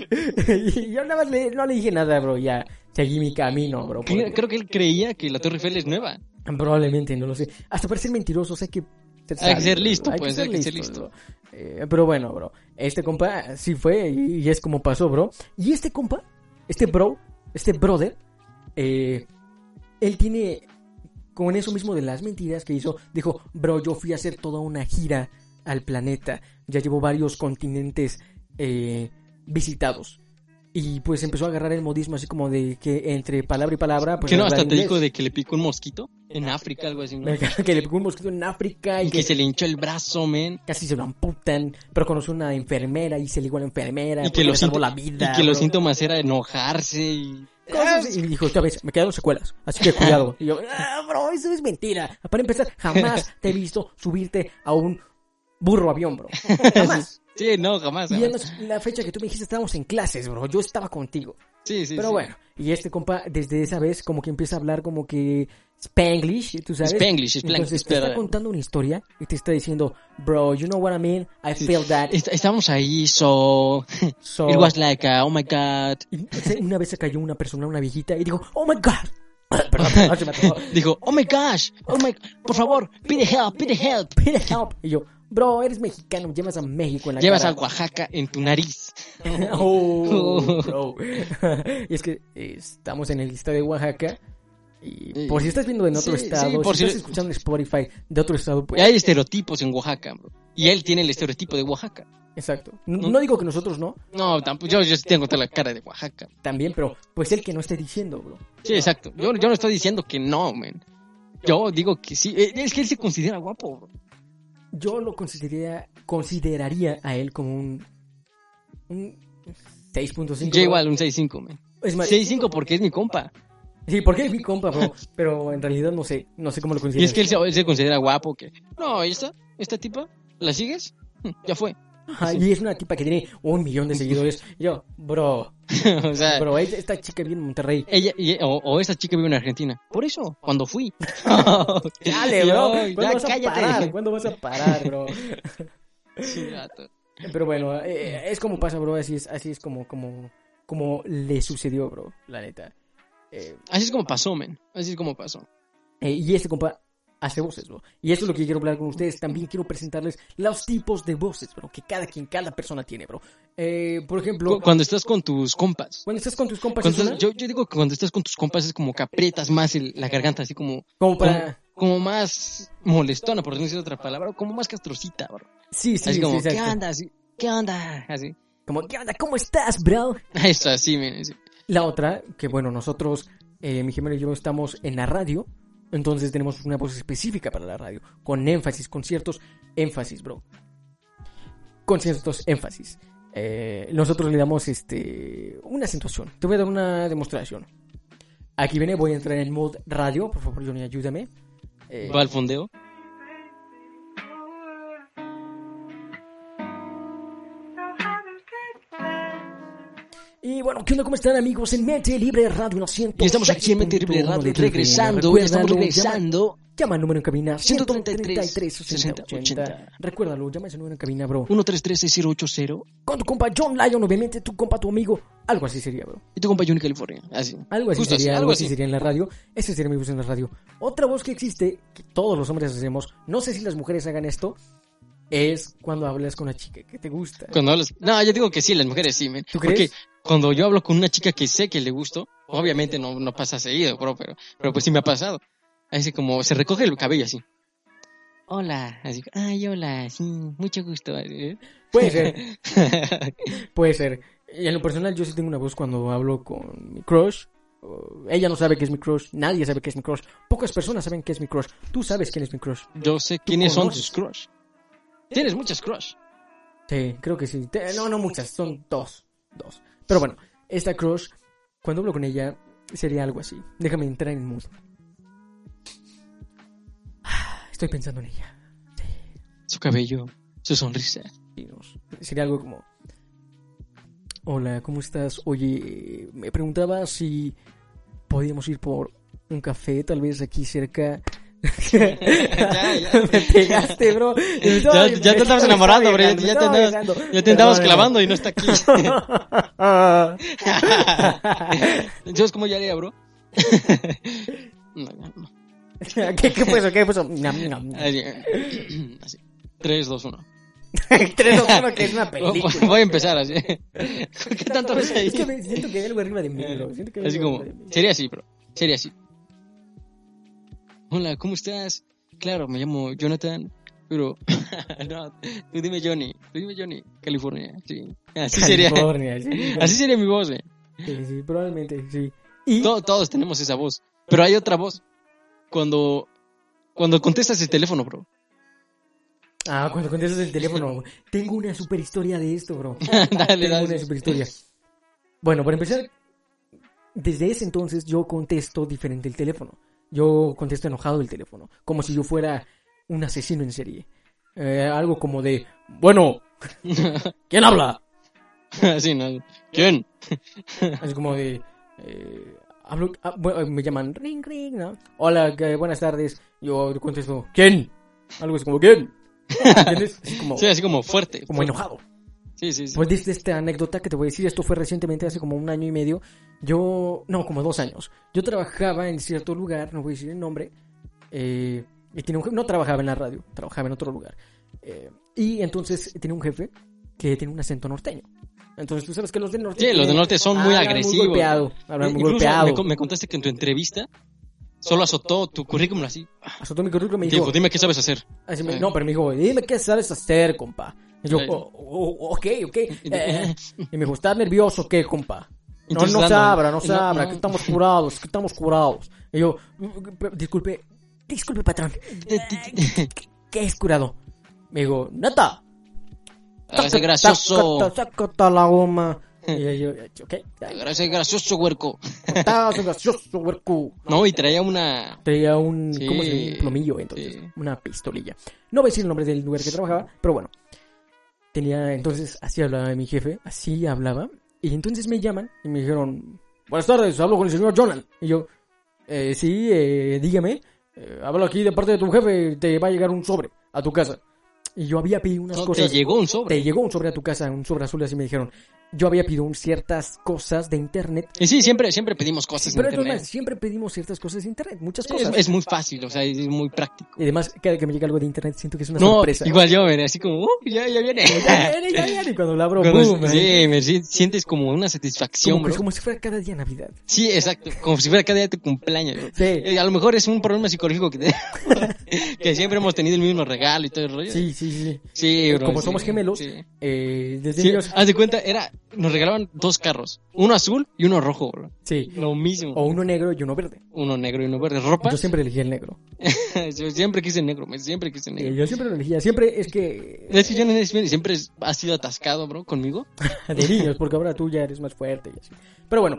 C: Y yo nada más le, no le dije nada, bro. Ya seguí mi camino, bro.
B: Creo creo que él creía que la Torre Eiffel es nueva.
C: Probablemente, no lo sé. Hasta para ser mentiroso, o sea que...
B: Hay que ser listo, pues, hay que ser listo.
C: bro. Eh, pero bueno, bro. Este compa sí fue y, y es como pasó, bro. Y este compa, este bro, este brother, eh, él tiene... Con eso mismo de las mentiras que hizo, dijo, bro, yo fui a hacer toda una gira al planeta. Ya llevo varios continentes eh, visitados. Y pues empezó a agarrar el modismo así como de que entre palabra y palabra... Pues
B: Que no,
C: hablar
B: hasta te
C: inglés.
B: dijo de que le picó un mosquito en África, algo así, ¿no?
C: Que le pegó un mosquito en África y,
B: Y que se le hinchó el brazo, men.
C: casi se lo amputan, pero conoció una enfermera y se ligó a la enfermera
B: Y
C: porque
B: que,
C: le
B: los,
C: salvó
B: síntom-
C: la vida.
B: y que los
C: bro.
B: síntomas era enojarse y...
C: Cosas, y dijo, esta vez me quedaron secuelas, así que cuidado. Y yo, ah, bro, eso es mentira. Para empezar, jamás te he visto subirte a un burro avión, bro. Jamás.
B: Sí, no, jamás.
C: Y
B: jamás.
C: además, la fecha que tú me dijiste estábamos en clases, bro. Yo estaba contigo.
B: Sí, sí,
C: Pero
B: sí.
C: bueno, y este compa, desde esa vez, como que empieza a hablar como que Spanglish, tú sabes.
B: Spanglish, Spanglish,
C: Entonces te
B: espera.
C: está contando una historia y te está diciendo, bro, you know what I mean? I
B: Sí.
C: feel that.
B: Est- Estábamos ahí, so...
C: So...
B: It was like, uh, oh my god.
C: Y se- una vez se cayó una persona, una viejita, y dijo, oh my god. Perdón, perdón, se me atoró.
B: Dijo, oh my gosh, oh my... Por favor, pide help, pide help.
C: Pide help. Y yo, bro, eres mexicano, llevas a México en la
B: Llevas a
C: cara.
B: Oaxaca en tu nariz.
C: Oh, bro. Y es que eh, estamos en el estado de Oaxaca. Y por si estás viendo en otro
B: Sí,
C: estado,
B: sí, por
C: si
B: si-
C: estás escuchando en Spotify de otro estado,
B: Y
C: pues...
B: hay estereotipos en Oaxaca, bro. Y él tiene el estereotipo de Oaxaca.
C: Exacto. No, no digo que nosotros no,
B: No, tampoco, yo, yo sí tengo toda la cara de Oaxaca.
C: también, pero pues el que no esté diciendo, bro.
B: Sí, exacto. Yo, yo no estoy diciendo que no, man. Yo digo que sí. Eh, Es que él se considera guapo, bro.
C: yo lo consideraría, consideraría a él como un, un seis punto cinco.
B: Yo igual, un seis punto cinco, man.
C: Es más,
B: seis punto cinco porque es mi compa.
C: Sí, porque es mi compa, bro. Pero en realidad no sé, no sé cómo lo
B: Y
C: consideras.
B: es que él se, él se considera guapo. Que no, ¿esta? ¿Esta tipa? ¿La sigues? Ya fue.
C: Ajá, y es una tipa que tiene un millón de seguidores. Y yo, bro,
B: O sea,
C: bro, esta esta chica vive en Monterrey.
B: ella, y- o, o esa chica vive en Argentina. Por eso, cuando fui.
C: Dale, bro.
B: Yo,
C: ¿Cuándo
B: ya
C: vas a
B: cállate.
C: parar? ¿Cuándo vas a parar, bro?
B: Sí, gato.
C: Pero bueno, eh, es como pasa, bro. Así es, así es como, como, como le sucedió, bro. La neta. Eh,
B: Así es como pasó, men. Así es como pasó.
C: eh, y este compa hace voces, bro. Y eso es lo que quiero hablar con ustedes. También quiero presentarles los tipos de voces, bro, que cada quien, cada persona tiene, bro. Eh, por ejemplo,
B: Cu- Cuando estás con tus compas.
C: cuando estás con tus compas,
B: Cuando
C: ¿es
B: estás-
C: una?
B: yo, yo digo que cuando estás con tus compas es como que aprietas más el- la garganta, así como,
C: Como para...
B: como, como más molestona, por no decir otra palabra, como más castrocita, bro.
C: Sí, sí,
B: Así como,
C: sí,
B: ¿qué
C: exacto.
B: onda? Así, ¿qué onda? Así.
C: Como, ¿qué onda? ¿Cómo estás, bro?
B: Eso, así, men. así.
C: La otra, que bueno, nosotros, eh, mi gemelo y yo estamos en la radio, entonces tenemos una voz específica para la radio, con énfasis, con ciertos énfasis, bro. Con ciertos énfasis. Eh, nosotros le damos este una acentuación. Te voy a dar una demostración. Aquí viene, voy a entrar en mod radio, por favor, Johnny, ayúdame. Eh,
B: Va al fondeo.
C: Y bueno, ¿qué onda? ¿Cómo están, amigos? En Mente Libre Radio, no siento.
B: Y estamos aquí en Mente Libre Radio, regresando, estamos regresando.
C: Llama al número en cabina
B: ciento treinta y tres,
C: sesenta ochenta. Recuérdalo, llama ese número en cabina, bro.
B: uno tres tres seis cero ocho cero.
C: Con tu compa John Lyon, obviamente, tu compa, tu amigo. Algo así sería, bro.
B: Y tu compa Johnny California. Así.
C: Algo así
B: Justo
C: sería,
B: así,
C: algo así sería en la radio. Ese sería mi voz en la radio. Otra voz que existe, que todos los hombres hacemos, no sé si las mujeres hagan esto, es cuando hablas con una chica que te gusta.
B: Cuando hablas... No, yo digo que sí, las mujeres sí, men.
C: ¿Tú crees?
B: Porque cuando yo hablo con una chica que sé que le gusto, obviamente no, no pasa seguido, bro, pero, pero pues sí me ha pasado. Así como se recoge el cabello así. Hola, así, ay, hola, sí, mucho gusto. ¿eh?
C: Puede ser, puede ser. Y en lo personal yo sí tengo una voz cuando hablo con mi crush. Uh, Ella no sabe que es mi crush, nadie sabe que es mi crush. Pocas personas saben que es mi crush. Tú sabes quién es mi crush.
B: Yo sé quiénes son
C: conoces?
B: tus crush. Tienes muchas crush.
C: Sí, creo que sí. Te- No, no muchas, son dos. Dos. Pero bueno, esta crush, cuando hablo con ella, sería algo así. Déjame entrar en mood. Estoy pensando en ella.
B: Su cabello, su sonrisa.
C: Y nos- Sería algo como... Hola, ¿cómo estás? Oye, eh, me preguntaba si podíamos ir por un café, tal vez aquí cerca.
B: Ya, ya.
C: Me pegaste, bro. Me estaba-
B: Ya, ya
C: me
B: te estabas
C: estaba
B: enamorando, bro. Ya,
C: besando, me
B: ya te
C: estaba
B: andabas,
C: besando.
B: ya te andabas
C: Perdóname.
B: clavando y no está aquí. ¿Sabes cómo yo haría, bro? No, no, no.
C: ¿Qué, ¿Qué fue eso? ¿Qué fue eso? Nam, nam, nam.
B: Así. Así. tres, dos, uno.
C: Tres o uno, que es una película.
B: Voy a empezar así. ¿Qué tanto ves ahí?
C: Es que me siento que hay algo arriba de mí, bro. Siento que hay
B: Así
C: algo
B: como,
C: arriba de mí.
B: sería así, bro. Sería así. Hola, ¿cómo estás? Claro, me llamo Jonathan, pero... no, tú dime Johnny. Tú dime Johnny. California, sí. Así sería.
C: California, sí.
B: Así sería mi voz, eh.
C: Sí, sí, probablemente, sí. Y
B: To- todos tenemos esa voz. Pero hay otra voz. Cuando... Cuando contestas el teléfono, bro.
C: ah, cuando contestas el teléfono, tengo una super historia de esto, bro.
B: Dale,
C: Tengo
B: dale.
C: una super historia. Bueno, para empezar, desde ese entonces yo contesto diferente el teléfono. Yo contesto enojado el teléfono, como si yo fuera un asesino en serie. Eh, algo como de, bueno, ¿quién habla?
B: Así, ¿no? ¿Quién?
C: Así como de, eh, hablo, ah, bueno, me llaman ring ring, ¿no? Hola, que- buenas tardes. Yo contesto, ¿quién? Algo así como, ¿quién? ¿Entiendes? Así como,
B: Sí, así como fuerte.
C: como
B: fuerte.
C: enojado.
B: Sí, sí, sí.
C: Pues desde esta anécdota que te voy a decir, esto fue recientemente, hace como un año y medio. Yo, no, como dos años. Yo trabajaba en cierto lugar, no voy a decir el nombre. Eh, y tenía un jefe, no trabajaba en la radio, trabajaba en otro lugar. Eh, y entonces tenía un jefe que tenía un acento norteño. Entonces tú sabes que los del norte.
B: Sí, los del norte son muy
C: hablan
B: agresivos.
C: Muy golpeado, hablan muy
B: Incluso
C: golpeado.
B: me, con- me contaste que en tu entrevista solo azotó tu currículum así.
C: Azotó mi currículum y me
B: Dijo,
C: dijo,
B: dime qué sabes hacer.
C: así me- no, pero me dijo, dime qué sabes hacer, compa. Y yo,
B: Ay.
C: oh, oh, ok, ok. Eh, y me dijo, ¿estás nervioso o qué, compa? No,
B: Entonces,
C: no
B: dando-
C: sabra, no
B: no,
C: sabra,
B: no.
C: que estamos curados, que estamos curados. Y yo, disculpe, disculpe, patrón. ¿Qué es curado? Me dijo, neta.
B: Hágase gracioso.
C: Sácate, sácate la goma. Y yo, ok.
B: Hágase gracioso, huerco.
C: Hágase gracioso, huerco.
B: No, y traía una...
C: Traía un,
B: Sí,
C: ¿cómo se dice? Un plomillo, entonces.
B: sí.
C: Una pistolilla. No voy a decir el nombre del lugar que trabajaba, pero bueno. Tenía, entonces, así hablaba mi jefe, así hablaba. Y entonces me llaman y me dijeron, buenas tardes, hablo con el señor Jonan. Y yo, eh, sí, eh, dígame, eh, hablo aquí de parte de tu jefe, te va a llegar un sobre a tu casa. Y yo había pedido unas
B: No,
C: cosas.
B: te llegó un sobre.
C: Te llegó un sobre a tu casa, un sobre azul, así me dijeron. Yo había pedido un- ciertas cosas de internet.
B: Y sí, siempre, siempre pedimos cosas
C: Pero
B: en
C: es normal,
B: internet.
C: siempre pedimos ciertas cosas de internet, muchas
B: Es,
C: cosas.
B: es muy fácil, o sea, es muy práctico.
C: Y además, cada que me llega algo de internet siento que es una
B: No,
C: sorpresa.
B: igual yo, veré, así como, uh, ya, ya viene.
C: Ya viene, ya viene. Y cuando la abro,
B: Cuando-
C: boom.
B: sí, me si- sientes como una satisfacción,
C: como, que-
B: bro.
C: como si fuera cada día Navidad.
B: Sí, exacto, como si fuera cada día tu cumpleaños, bro.
C: Sí.
B: Eh, a lo mejor es un problema psicológico que, te- que siempre hemos tenido el mismo regalo y todo el rollo.
C: Sí, sí, sí.
B: Sí, bro,
C: Como
B: sí,
C: somos gemelos,
B: sí.
C: eh, desde
B: Sí,
C: niños.
B: haz de cuenta, era, nos regalaban dos carros, uno azul y uno rojo, bro.
C: Sí.
B: Lo mismo.
C: O uno negro y uno verde.
B: Uno negro y uno verde. ¿Ropa?
C: Yo siempre elegí el negro.
B: Yo siempre quise negro, me- siempre quise
C: Eh,
B: negro.
C: yo siempre lo elegía. Siempre es que.
B: Es que yo no es bien, siempre has sido atascado, bro, conmigo.
C: De niños, porque ahora tú ya eres más fuerte y así. Pero bueno,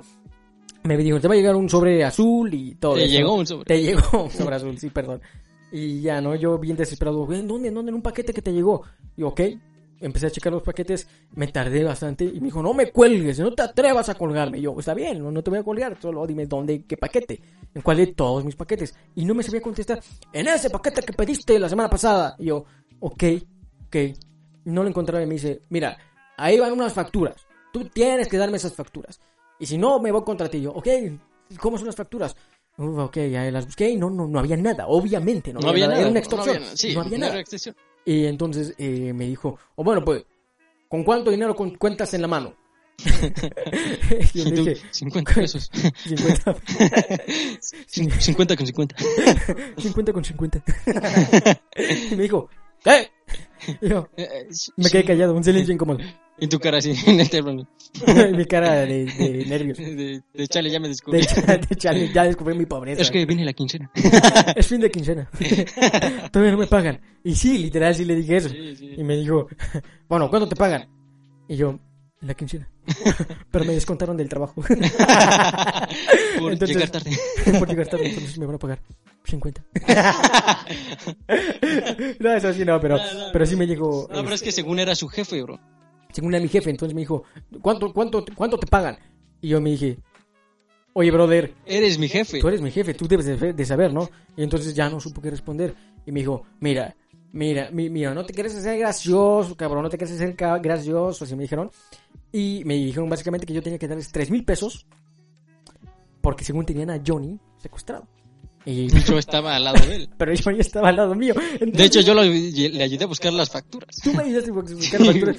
C: me dijo, te va a llegar un sobre azul y todo
B: Te
C: eso.
B: llegó un sobre.
C: Te llegó un sobre azul, sí, perdón. Y ya, ¿no? Yo bien desesperado, ¿en dónde? ¿En dónde? En un paquete que te llegó. Y ok, empecé a checar los paquetes, me tardé bastante y me dijo, no me cuelgues, no te atrevas a colgarme. Y yo, está bien, no, no te voy a colgar, solo dime dónde, qué paquete, en cuál de todos mis paquetes. Y no me sabía contestar, en ese paquete que pediste la semana pasada. Y yo, ok, ok. No lo encontraba y me dice, mira, ahí van unas facturas, tú tienes que darme esas facturas. Y si no, me voy contra ti. Y yo, ok, ¿cómo son las facturas? Uf, ok, ya las busqué y no, no, no había nada, obviamente, no,
B: No había nada.
C: era una
B: no
C: extorsión,
B: había nada, sí,
C: no había
B: no
C: nada.
B: era excepción.
C: Y entonces eh, me dijo, o bueno, pues, ¿con cuánto dinero con- cuentas en la mano? Y yo le
B: Tú,
C: dije,
B: cincuenta pesos.
C: cincuenta.
B: Cin- cincuenta con cincuenta.
C: cincuenta con cincuenta. Y me dijo, ¿qué? Y yo,
B: Eh, eh,
C: me quedé callado, un silencio incómodo.
B: Y tu cara así, en este bro.
C: Y mi cara de, de nervios.
B: De, de chale, ya me descubrí.
C: De, cha- de chale, ya descubrí mi pobreza.
B: Es que viene la quincena.
C: Es fin de quincena. Todavía no me pagan. Y sí, literal, sí le dije eso.
B: Sí, sí.
C: Y me dijo, bueno, ¿cuándo te pagan? Y yo, en la quincena. Pero me descontaron del trabajo.
B: Por
C: Entonces-
B: llegar tarde.
C: Por llegar tarde, entonces me van a pagar cincuenta. No, eso sí no, pero, pero sí me llegó.
B: No, pero es que según era su jefe, bro.
C: Según era mi jefe, entonces me dijo, ¿cuánto, cuánto, cuánto te pagan? Y yo me dije, oye, brother,
B: Eres mi jefe.
C: tú eres mi jefe, tú debes de, de saber, ¿no? Y entonces ya no supo qué responder. Y me dijo, mira, mira, mi- mira, no te quieres hacer gracioso, cabrón, no te quieres hacer ca- gracioso, así me dijeron. Y me dijeron básicamente que yo tenía que darles tres mil pesos porque según tenían a Johnny secuestrado. Y,
B: Yo estaba al lado de él.
C: pero Johnny estaba al lado mío. Entonces,
B: De hecho, yo lo- le ayudé a buscar las facturas.
C: tú me ayudaste a buscar la factura.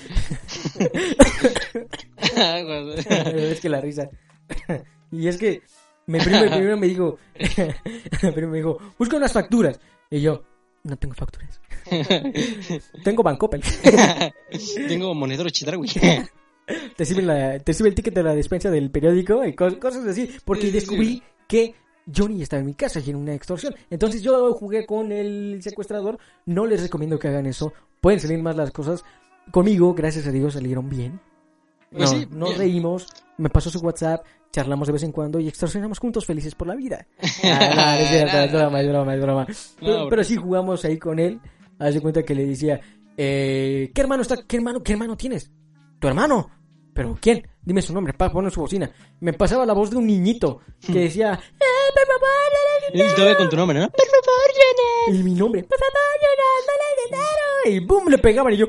C: Es que la risa. Y es que me primero, primero me dijo, primero me dijo, busca unas facturas. Y yo, no tengo facturas. Tengo Bancoppel.
B: Tengo monedero Chedraui.
C: Te sirve, la, te sirve el ticket de la despensa del periódico y cos- cosas así. Porque
B: Sí, sí,
C: descubrí
B: sí.
C: que Johnny estaba en mi casa y en una extorsión. Entonces yo jugué con el secuestrador. No les recomiendo que hagan eso. Pueden salir más las cosas. Conmigo, gracias a Dios, salieron bien. No,
B: Pues sí,
C: nos
B: bien.
C: reímos, me pasó su WhatsApp, charlamos de vez en cuando y extorsionamos juntos felices por la vida. Ah, no, no es cierto, es broma, es broma, es broma. Pero,
B: bro.
C: pero sí jugamos ahí con él. Haz de cuenta que le decía, eh, ¿qué hermano está? ¿Qué hermano? ¿Qué hermano tienes? ¿Tu hermano? ¿Pero quién? Dime su nombre, pa, pon su bocina. Me pasaba la voz de un niñito que decía, eh, por favor,
B: Y todavía con tu nombre, ¿no?
C: por favor, Jonah. Y mi nombre, por favor, Jonah, dale dinero. Y boom, le pegaban y yo,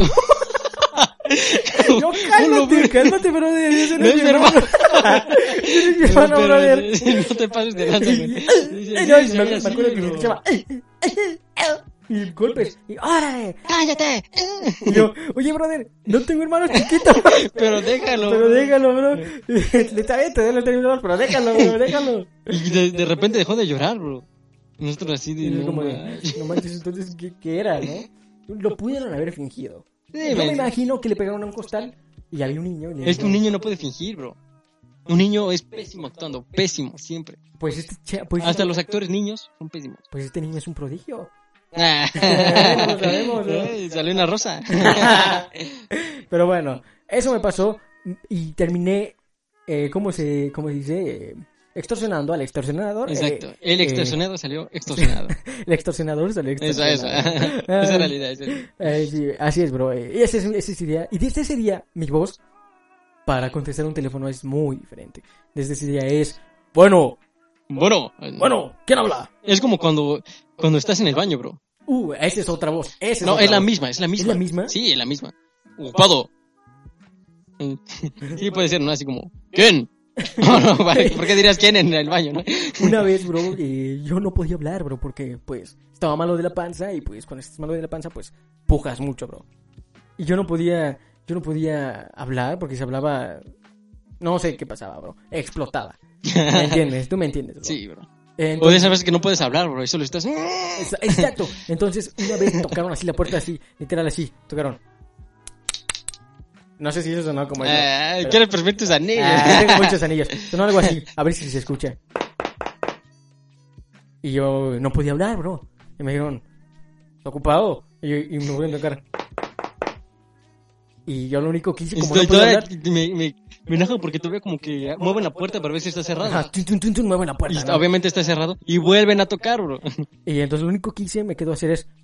C: yo, cálmate, cálmate, brother. Ese no,
B: No
C: es mi
B: es mi
C: hermano. Ese es mi hermano,
B: Pero,
C: brother.
B: no te pases de lanza, güey.
C: Ay, no, me, me acuerdo que me escuchaba, y golpes, y ¡órale!
B: ¡Cállate!
C: Y yo, oye, brother, no tengo hermanos chiquitos.
B: Pero déjalo.
C: Pero déjalo, bro. Está bien, te doy los terminadores, pero déjalo, bro, déjalo.
B: Y de, de repente dejó de llorar, bro. Nosotros así de...
C: Y yo
B: No,
C: como de,
B: manches.
C: no manches, entonces, ¿qué, qué era, no? Lo pudieron haber fingido.
B: Sí,
C: Yo me
B: man.
C: imagino que le pegaron a un costal y había un niño. Y le
B: Es que un
C: dijo,
B: niño no puede fingir, bro. Un niño es pésimo actuando. Pésimo, siempre.
C: Pues este, cha- pues,
B: Hasta los actores niños son pésimos.
C: pues este niño es un prodigio. No lo sabemos, ¿no?
B: Eh, Salió una rosa.
C: Pero bueno, eso me pasó y terminé, eh, ¿cómo se, cómo se dice? Eh, extorsionando al extorsionador.
B: Exacto.
C: Eh,
B: El extorsionado eh, salió extorsionado.
C: El extorsionador salió extorsionado.
B: Esa, esa. Esa es realidad. Esa es.
C: Eh, sí, así es, bro. Y ese es, ese es día. Y desde ese día, mi voz para contestar un teléfono es muy diferente. Desde ese día es, bueno,
B: Bueno.
C: bueno, ¿quién habla?
B: Es como cuando, cuando estás en el baño, bro.
C: Uh, esa es otra voz. Esa es
B: No,
C: otra
B: es la
C: voz.
B: misma, es la misma.
C: ¿Es la misma?
B: Sí, es la misma. Ocupado. Sí, puede ser, ¿no? Así como, ¿quién? No, no, ¿por qué dirías quién en el baño, no?
C: Una vez, bro, eh, yo no podía hablar, bro, porque, pues, estaba malo de la panza y, pues, cuando estás malo de la panza, pues, pujas mucho, bro. Y yo no podía, yo no podía hablar porque se hablaba, no sé qué pasaba, bro, explotaba. ¿Me entiendes? ¿Tú me entiendes, bro?
B: Sí, bro.
C: Entonces,
B: O de esas veces que no puedes hablar, bro, eso lo estás...
C: Exacto. Entonces, una vez tocaron así la puerta, así, literal así, tocaron. No sé si eso sonó como eso.
B: Ah,
C: pero-
B: ¿Quieres perfectos anillos?
C: Ah, tengo muchos anillos. Sonó algo así. A ver si se escucha. Y yo no podía hablar, bro. Y me dijeron, ¿está ocupado? Y, yo, y me voy a tocar. Y yo lo único que hice, como
B: Estoy
C: no podía
B: toda-
C: hablar...
B: me, me, me enoja porque todavía como que mueven la puerta para ver si está cerrada.
C: Ajá, tun, tun, tun, tun, mueven la
B: Y
C: puerta,
B: está-
C: ¿no?
B: obviamente está cerrado. Y vuelven a tocar, bro.
C: Y entonces lo único que hice, me quedó hacer es...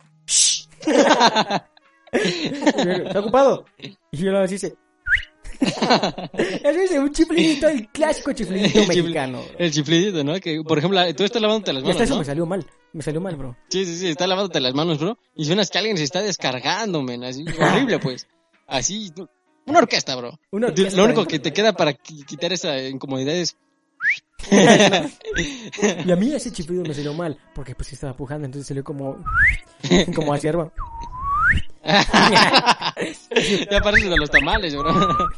C: ¿Está ocupado? Y yo lo hice... Eso es un chiflidito, el clásico chiflidito
B: El chifl-
C: mexicano, bro.
B: El chiflidito, ¿no? Que, por ejemplo, tú estás lavándote las
C: Y hasta
B: manos,
C: eso
B: ¿no?
C: me salió mal. Me salió mal, bro.
B: Sí, sí, sí, estás lavándote las manos, bro. Y suenas que alguien se está descargando, men. Así, horrible, pues. Así, una orquesta, bro.
C: Una orquesta
B: Lo único
C: dentro.
B: que te queda para qui- quitar esa incomodidad es...
C: Y a mí ese chiflido me salió mal, porque pues estaba pujando, entonces salió como... como hacia arriba.
B: Ya pareces de los tamales, bro.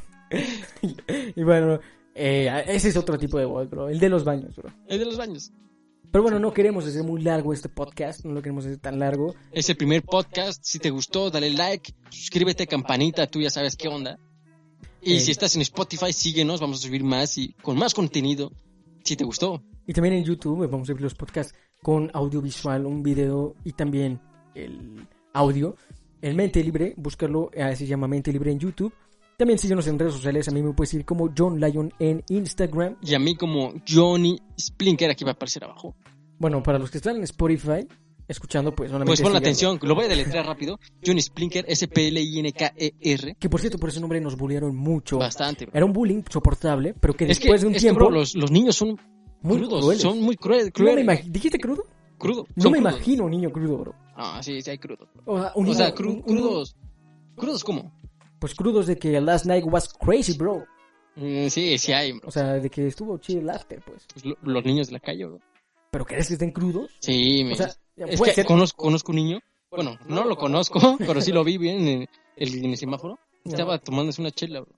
C: Y bueno, eh, ese es otro tipo de voz, bro. El de los baños, bro.
B: Es de los baños.
C: Pero bueno, no queremos hacer muy largo este podcast, no lo queremos hacer tan largo.
B: Es el primer podcast. Si te gustó, dale like, suscríbete, campanita, tú ya sabes qué onda. Y
C: Eh.
B: si estás en Spotify, síguenos, vamos a subir más y con más contenido. Si te gustó.
C: Y también en YouTube vamos a ver los podcasts con audiovisual, un video y también el audio. En Mente Libre, búscalo, eh, se llama Mente Libre en YouTube. También síguenos en redes sociales, a mí me puedes seguir como John Lyon en Instagram.
B: Y a mí como Johnny Splinker, aquí va a aparecer abajo.
C: Bueno, para los que están en Spotify, escuchando, pues solamente
B: Pues pon la
C: síganlo.
B: atención, lo voy a deletrear rápido. Johnny Splinker, S P L I N K E R.
C: Que por cierto, por ese nombre nos bullearon mucho.
B: Bastante, bro.
C: Era un bullying soportable, pero que
B: Es que,
C: después de un
B: es que,
C: tiempo...
B: bro, los, los niños son
C: muy
B: crudos,
C: crueles.
B: son muy cruel,
C: No me
B: crueles.
C: imag- ¿Dijiste crudo?
B: Crudo,
C: No
B: son
C: me
B: crudos.
C: imagino un niño crudo, bro.
B: Ah, sí, sí hay crudos. bro.
C: O sea, un
B: O
C: niño-
B: sea, cru-
C: un- un-
B: crudos. ¿Crudos cómo?
C: Pues crudos de que last night was crazy, bro.
B: Mm, sí, sí hay, bro.
C: O sea, de que estuvo chill el after, pues.
B: Pues lo- los niños de la calle, bro.
C: ¿Pero crees que estén crudos?
B: Sí, me...
C: O sea,
B: es
C: puede
B: que
C: ser...
B: conozco, conozco un niño. Bueno, no lo conozco, pero sí lo vi bien en el, en el semáforo. Estaba tomándose una chela, bro.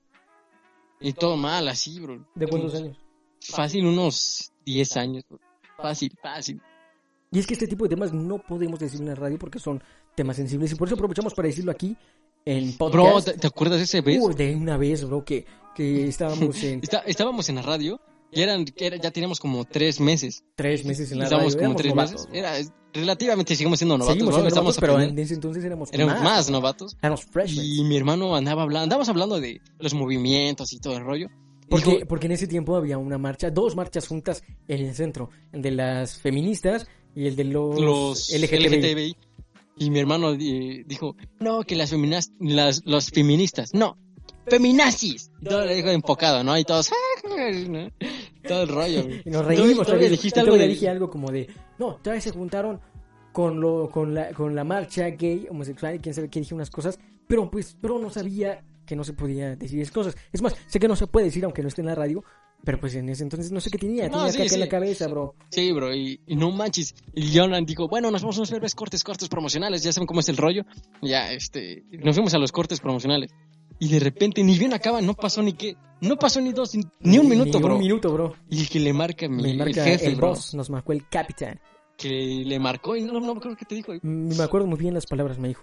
B: Y todo mal, así, bro.
C: ¿De cuántos años?
B: Fácil, unos diez años, bro. Fácil, fácil.
C: Y es que este tipo de temas no podemos decir en la radio porque son temas sensibles. Y por eso aprovechamos para decirlo aquí en
B: Bro,
C: podcast.
B: ¿te, te acuerdas de ese vez?
C: Uh, de una vez, bro, que, que estábamos en
B: Está- estábamos en la radio y eran, que era- ya teníamos como tres meses.
C: tres meses en la
B: Estábamos
C: radio.
B: como
C: Éramos
B: tres
C: novatos,
B: meses. Era, relativamente seguimos siendo novatos,
C: Seguimos
B: ¿no?
C: siendo
B: Estamos
C: novatos, pero
B: aprendiendo.
C: en ese entonces éramos,
B: Éramos
C: más.
B: más novatos.
C: Éramos freshmen.
B: Y mi hermano andaba hablando, andábamos hablando de los movimientos y todo el rollo. Y
C: Porque,
B: dijo,
C: porque en ese tiempo había una marcha, dos marchas juntas en el centro, el de las feministas y el de los,
B: los
C: L G T B I.
B: L G T B I. Y mi hermano eh, dijo, no, que las feministas, las, los feministas, no, feminazis. Y todo lo dijo enfocado, ¿no? Y todos, ¿no? Todo el rollo. güey.
C: Y nos
B: Tú-
C: reímos.
B: tú
C: todavía,
B: le dijiste
C: y
B: algo
C: todavía
B: de...
C: dije algo como de, no, todavía se juntaron con lo con la con la marcha gay, homosexual, y quién sabe qué, dije unas cosas, pero pues, pero no sabía que no se podía decir esas cosas. Es más, sé que no se puede decir aunque no esté en la radio, pero pues en ese entonces no sé qué tenía,
B: No,
C: tenía
B: sí,
C: caca
B: sí.
C: en la cabeza, bro.
B: Sí, bro, y, y no manches. Y Jonan dijo, bueno, nos vamos a unos breves cortes, cortes promocionales, ya saben cómo es el rollo. Ya, este, nos fuimos a los cortes promocionales. Y de repente, ni bien acaban, no pasó ni qué, no pasó ni dos, ni un minuto,
C: Ni
B: bro.
C: un minuto, bro.
B: Y el que le marca, mi,
C: Me marca
B: el jefe,
C: el
B: bro,
C: boss, nos marcó el capitán.
B: que le marcó y no, no me acuerdo qué te dijo.
C: Mm, Me acuerdo muy bien las palabras, me dijo.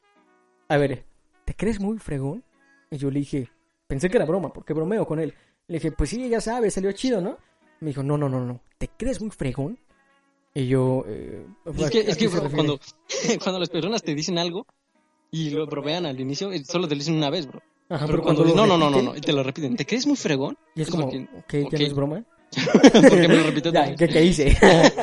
C: A ver, ¿te crees muy fregón? Y yo le dije, pensé que era broma, porque bromeo con él. Le dije, pues sí, ya sabes, salió chido, ¿no? Me dijo, no, no, no, no, ¿te crees muy fregón? Y yo... Eh,
B: es que, es que bro, cuando, cuando las personas te dicen algo y lo provean al inicio, solo te lo dicen una vez, bro.
C: Ajá,
B: pero,
C: pero
B: cuando,
C: cuando
B: no, no, no,
C: repiten,
B: no, no, y te lo repiten. ¿Te crees muy fregón?
C: Y es, es como, que, ok, ya no es broma.
B: Porque me lo repitió
C: ya, ¿qué, ¿qué hice?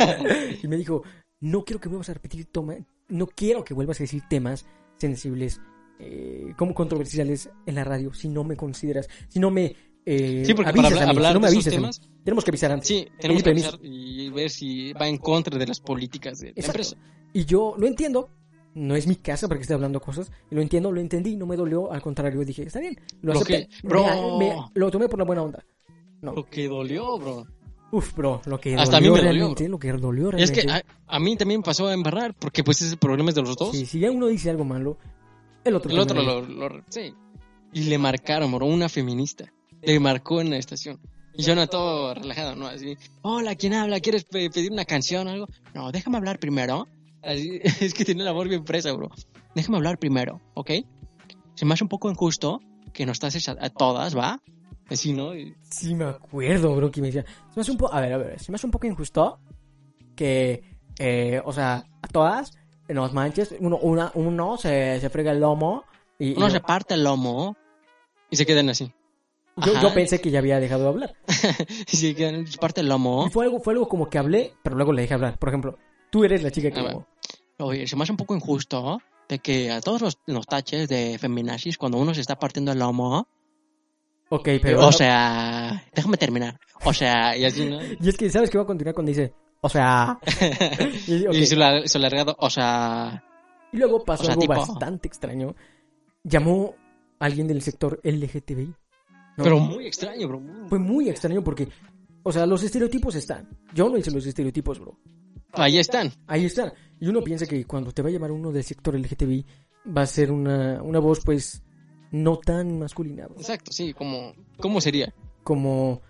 C: Y me dijo, no quiero que vuelvas a repetir toma, no quiero que vuelvas a decir temas sensibles, eh, como controversiales en la radio, si no me consideras, si no me eh,
B: sí, porque
C: avisas
B: para hablar,
C: a mí,
B: hablar
C: si no me
B: de
C: avisas
B: esos temas,
C: tenemos que avisar antes.
B: Sí, tenemos que avisar y ver si va en contra de las políticas de la empresa.
C: Y yo lo entiendo, no es mi casa para que esté hablando cosas, lo entiendo, lo entendí, no me dolió, al contrario, dije, está bien, lo acepté,
B: lo, que, bro,
C: me, me, lo tomé por la buena onda. No.
B: Lo que dolió, bro.
C: Uf, bro, lo que
B: Hasta
C: dolió
B: a mí me
C: realmente,
B: dolió.
C: lo que dolió realmente.
B: Y es que a, a mí también me pasó a embarrar, porque pues ese problema es de los dos.
C: Sí, si ya uno dice algo malo, el otro
B: El otro lo, lo, sí. Y le marcaron, bro, una feminista. Le marcó en la estación. Y yo no todo relajado, ¿no? Así, hola, ¿quién habla? ¿Quieres pedir una canción o algo? No, déjame hablar primero. Así, es que tiene la voz bien presa, bro. Déjame hablar primero, ¿ok? Se me hace un poco injusto que nos tases a, a todas, ¿va? Así, ¿no? Y...
C: Sí, me acuerdo, bro, que me decía, se me hace un poco, a ver, a ver, se me hace un poco injusto que, eh, o sea, a todas, nos manches, uno, una, uno se, se frega el lomo y...
B: Uno
C: y
B: se no... parte el lomo y se quedan así.
C: Yo, yo pensé que ya había dejado de hablar.
B: Y se quedan, se parte el lomo.
C: Y fue algo, fue algo como que hablé, pero luego le dejé hablar. Por ejemplo, tú eres la chica que...
B: Ah, oye, se me hace un poco injusto de que a todos los, los taches de feminazis, cuando uno se está partiendo el lomo...
C: Ok, pero...
B: O sea, déjame terminar. O sea, y así, ¿no?
C: Y es que, ¿sabes qué va a continuar cuando dice, o sea...
B: y okay. y su, la, su largado, o sea...
C: Y luego pasó
B: o sea,
C: algo
B: tipo...
C: bastante extraño. Llamó a alguien del sector L G T B I.
B: ¿No? Pero muy extraño, bro.
C: Fue muy extraño porque, o sea, los estereotipos están. Yo no hice los estereotipos, bro.
B: Ahí están.
C: Ahí están. Y uno piensa que cuando te va a llamar uno del sector L G T B I va a ser una, una voz, pues... no tan masculina, bro.
B: Exacto, sí, como... ¿Cómo sería?
C: Como...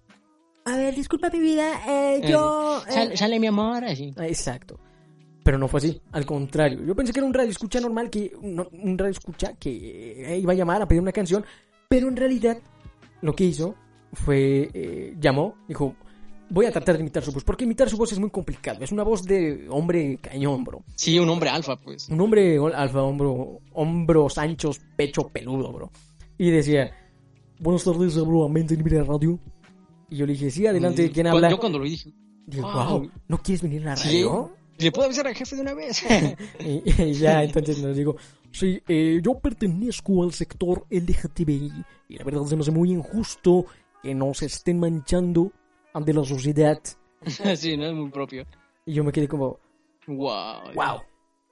C: A ver, disculpa mi vida, eh, yo...
B: Eh, sale, eh... sale mi amor, así.
C: Exacto. Pero no fue así, al contrario. Yo pensé que era un radio escucha normal, que un, un radio escucha que iba a llamar a pedir una canción, pero en realidad lo que hizo fue... Eh, llamó, dijo... Voy a tratar de imitar su voz, porque imitar su voz es muy complicado. Es una voz de hombre cañón, bro.
B: Sí, un hombre alfa, pues.
C: Un hombre alfa, hombro, hombros anchos, pecho peludo, bro. Y decía, buenas tardes, hablo a Mente Libre Radio. Y yo le dije, sí, adelante, ¿quién habla?
B: Yo cuando lo dije.
C: Dije, wow, wow, ¿no quieres venir a la radio?
B: ¿Sí? ¿Le puedo avisar al jefe de una vez?
C: y, y ya, entonces nos digo, sí, eh, yo pertenezco al sector L G T B I. Y la verdad se me hace muy injusto que nos estén manchando ante la sociedad.
B: Sí, no es muy propio.
C: Y yo me quedé como,
B: wow.
C: Wow.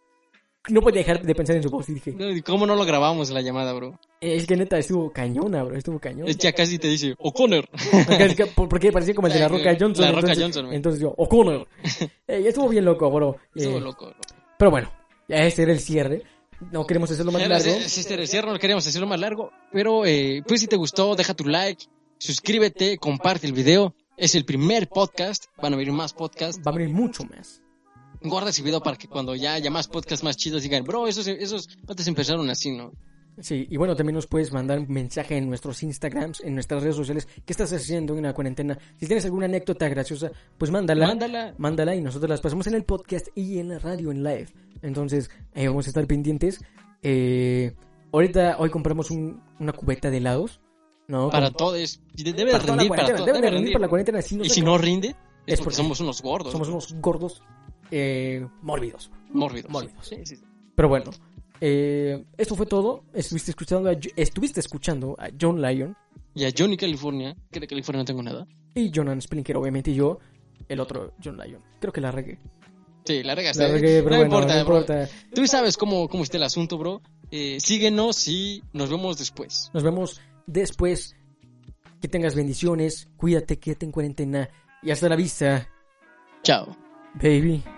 C: No podía dejar de pensar en su voz y dije,
B: no, ¿cómo no lo grabamos la llamada, bro?
C: Es que neta estuvo cañona, bro, estuvo cañona.
B: Ya casi te dice O'Connor.
C: Porque parecía como el de la Roca Johnson.
B: La Roca
C: entonces,
B: Johnson, güey.
C: Entonces yo, O'Connor. eh, estuvo bien loco, bro.
B: Estuvo
C: eh,
B: loco, bro.
C: Pero bueno, ya este era el cierre. No queremos hacerlo más largo.
B: Este era el cierre, no queremos hacerlo más largo. Pero, eh, pues si te gustó, deja tu like, suscríbete, comparte el video. Es el primer podcast, van a venir más podcasts.
C: Va a venir mucho más.
B: Guarda ese video para que cuando ya haya más podcasts más chidos digan, bro, esos, esos patas empezaron así, ¿no?
C: Sí, y bueno, también nos puedes mandar un mensaje en nuestros Instagrams, en nuestras redes sociales. ¿Qué estás haciendo en la cuarentena? Si tienes alguna anécdota graciosa, pues mándala.
B: Mándala.
C: Mándala y nosotros las pasamos en el podcast y en la radio, en live. Entonces, ahí vamos a estar pendientes. Eh, ahorita, hoy compramos un, una cubeta de helados. No,
B: para
C: con...
B: todos. Debe
C: para
B: rendir para todos.
C: Debe, debe rendir para la cuarentena. Si no
B: y si no rinde, es,
C: es
B: porque,
C: porque
B: somos unos gordos.
C: Somos unos gordos eh, mórbidos.
B: Mórbidos.
C: Mórbidos.
B: Sí, sí.
C: Pero bueno, eh, esto fue todo. Estuviste escuchando, a, estuviste escuchando a John Lyon.
B: Y a Johnny California, que de California no tengo nada.
C: Y Jonan Splinker, obviamente, y yo, el otro John Lyon. Creo que la regué.
B: Sí, la regaste.
C: La regué, pero
B: no,
C: bueno,
B: importa,
C: no importa.
B: Tú sabes cómo, cómo está el asunto, bro. Eh, síguenos y nos vemos después.
C: Nos vemos después. Que tengas bendiciones. Cuídate, quédate en cuarentena. Y hasta la vista.
B: Chao.
C: Baby.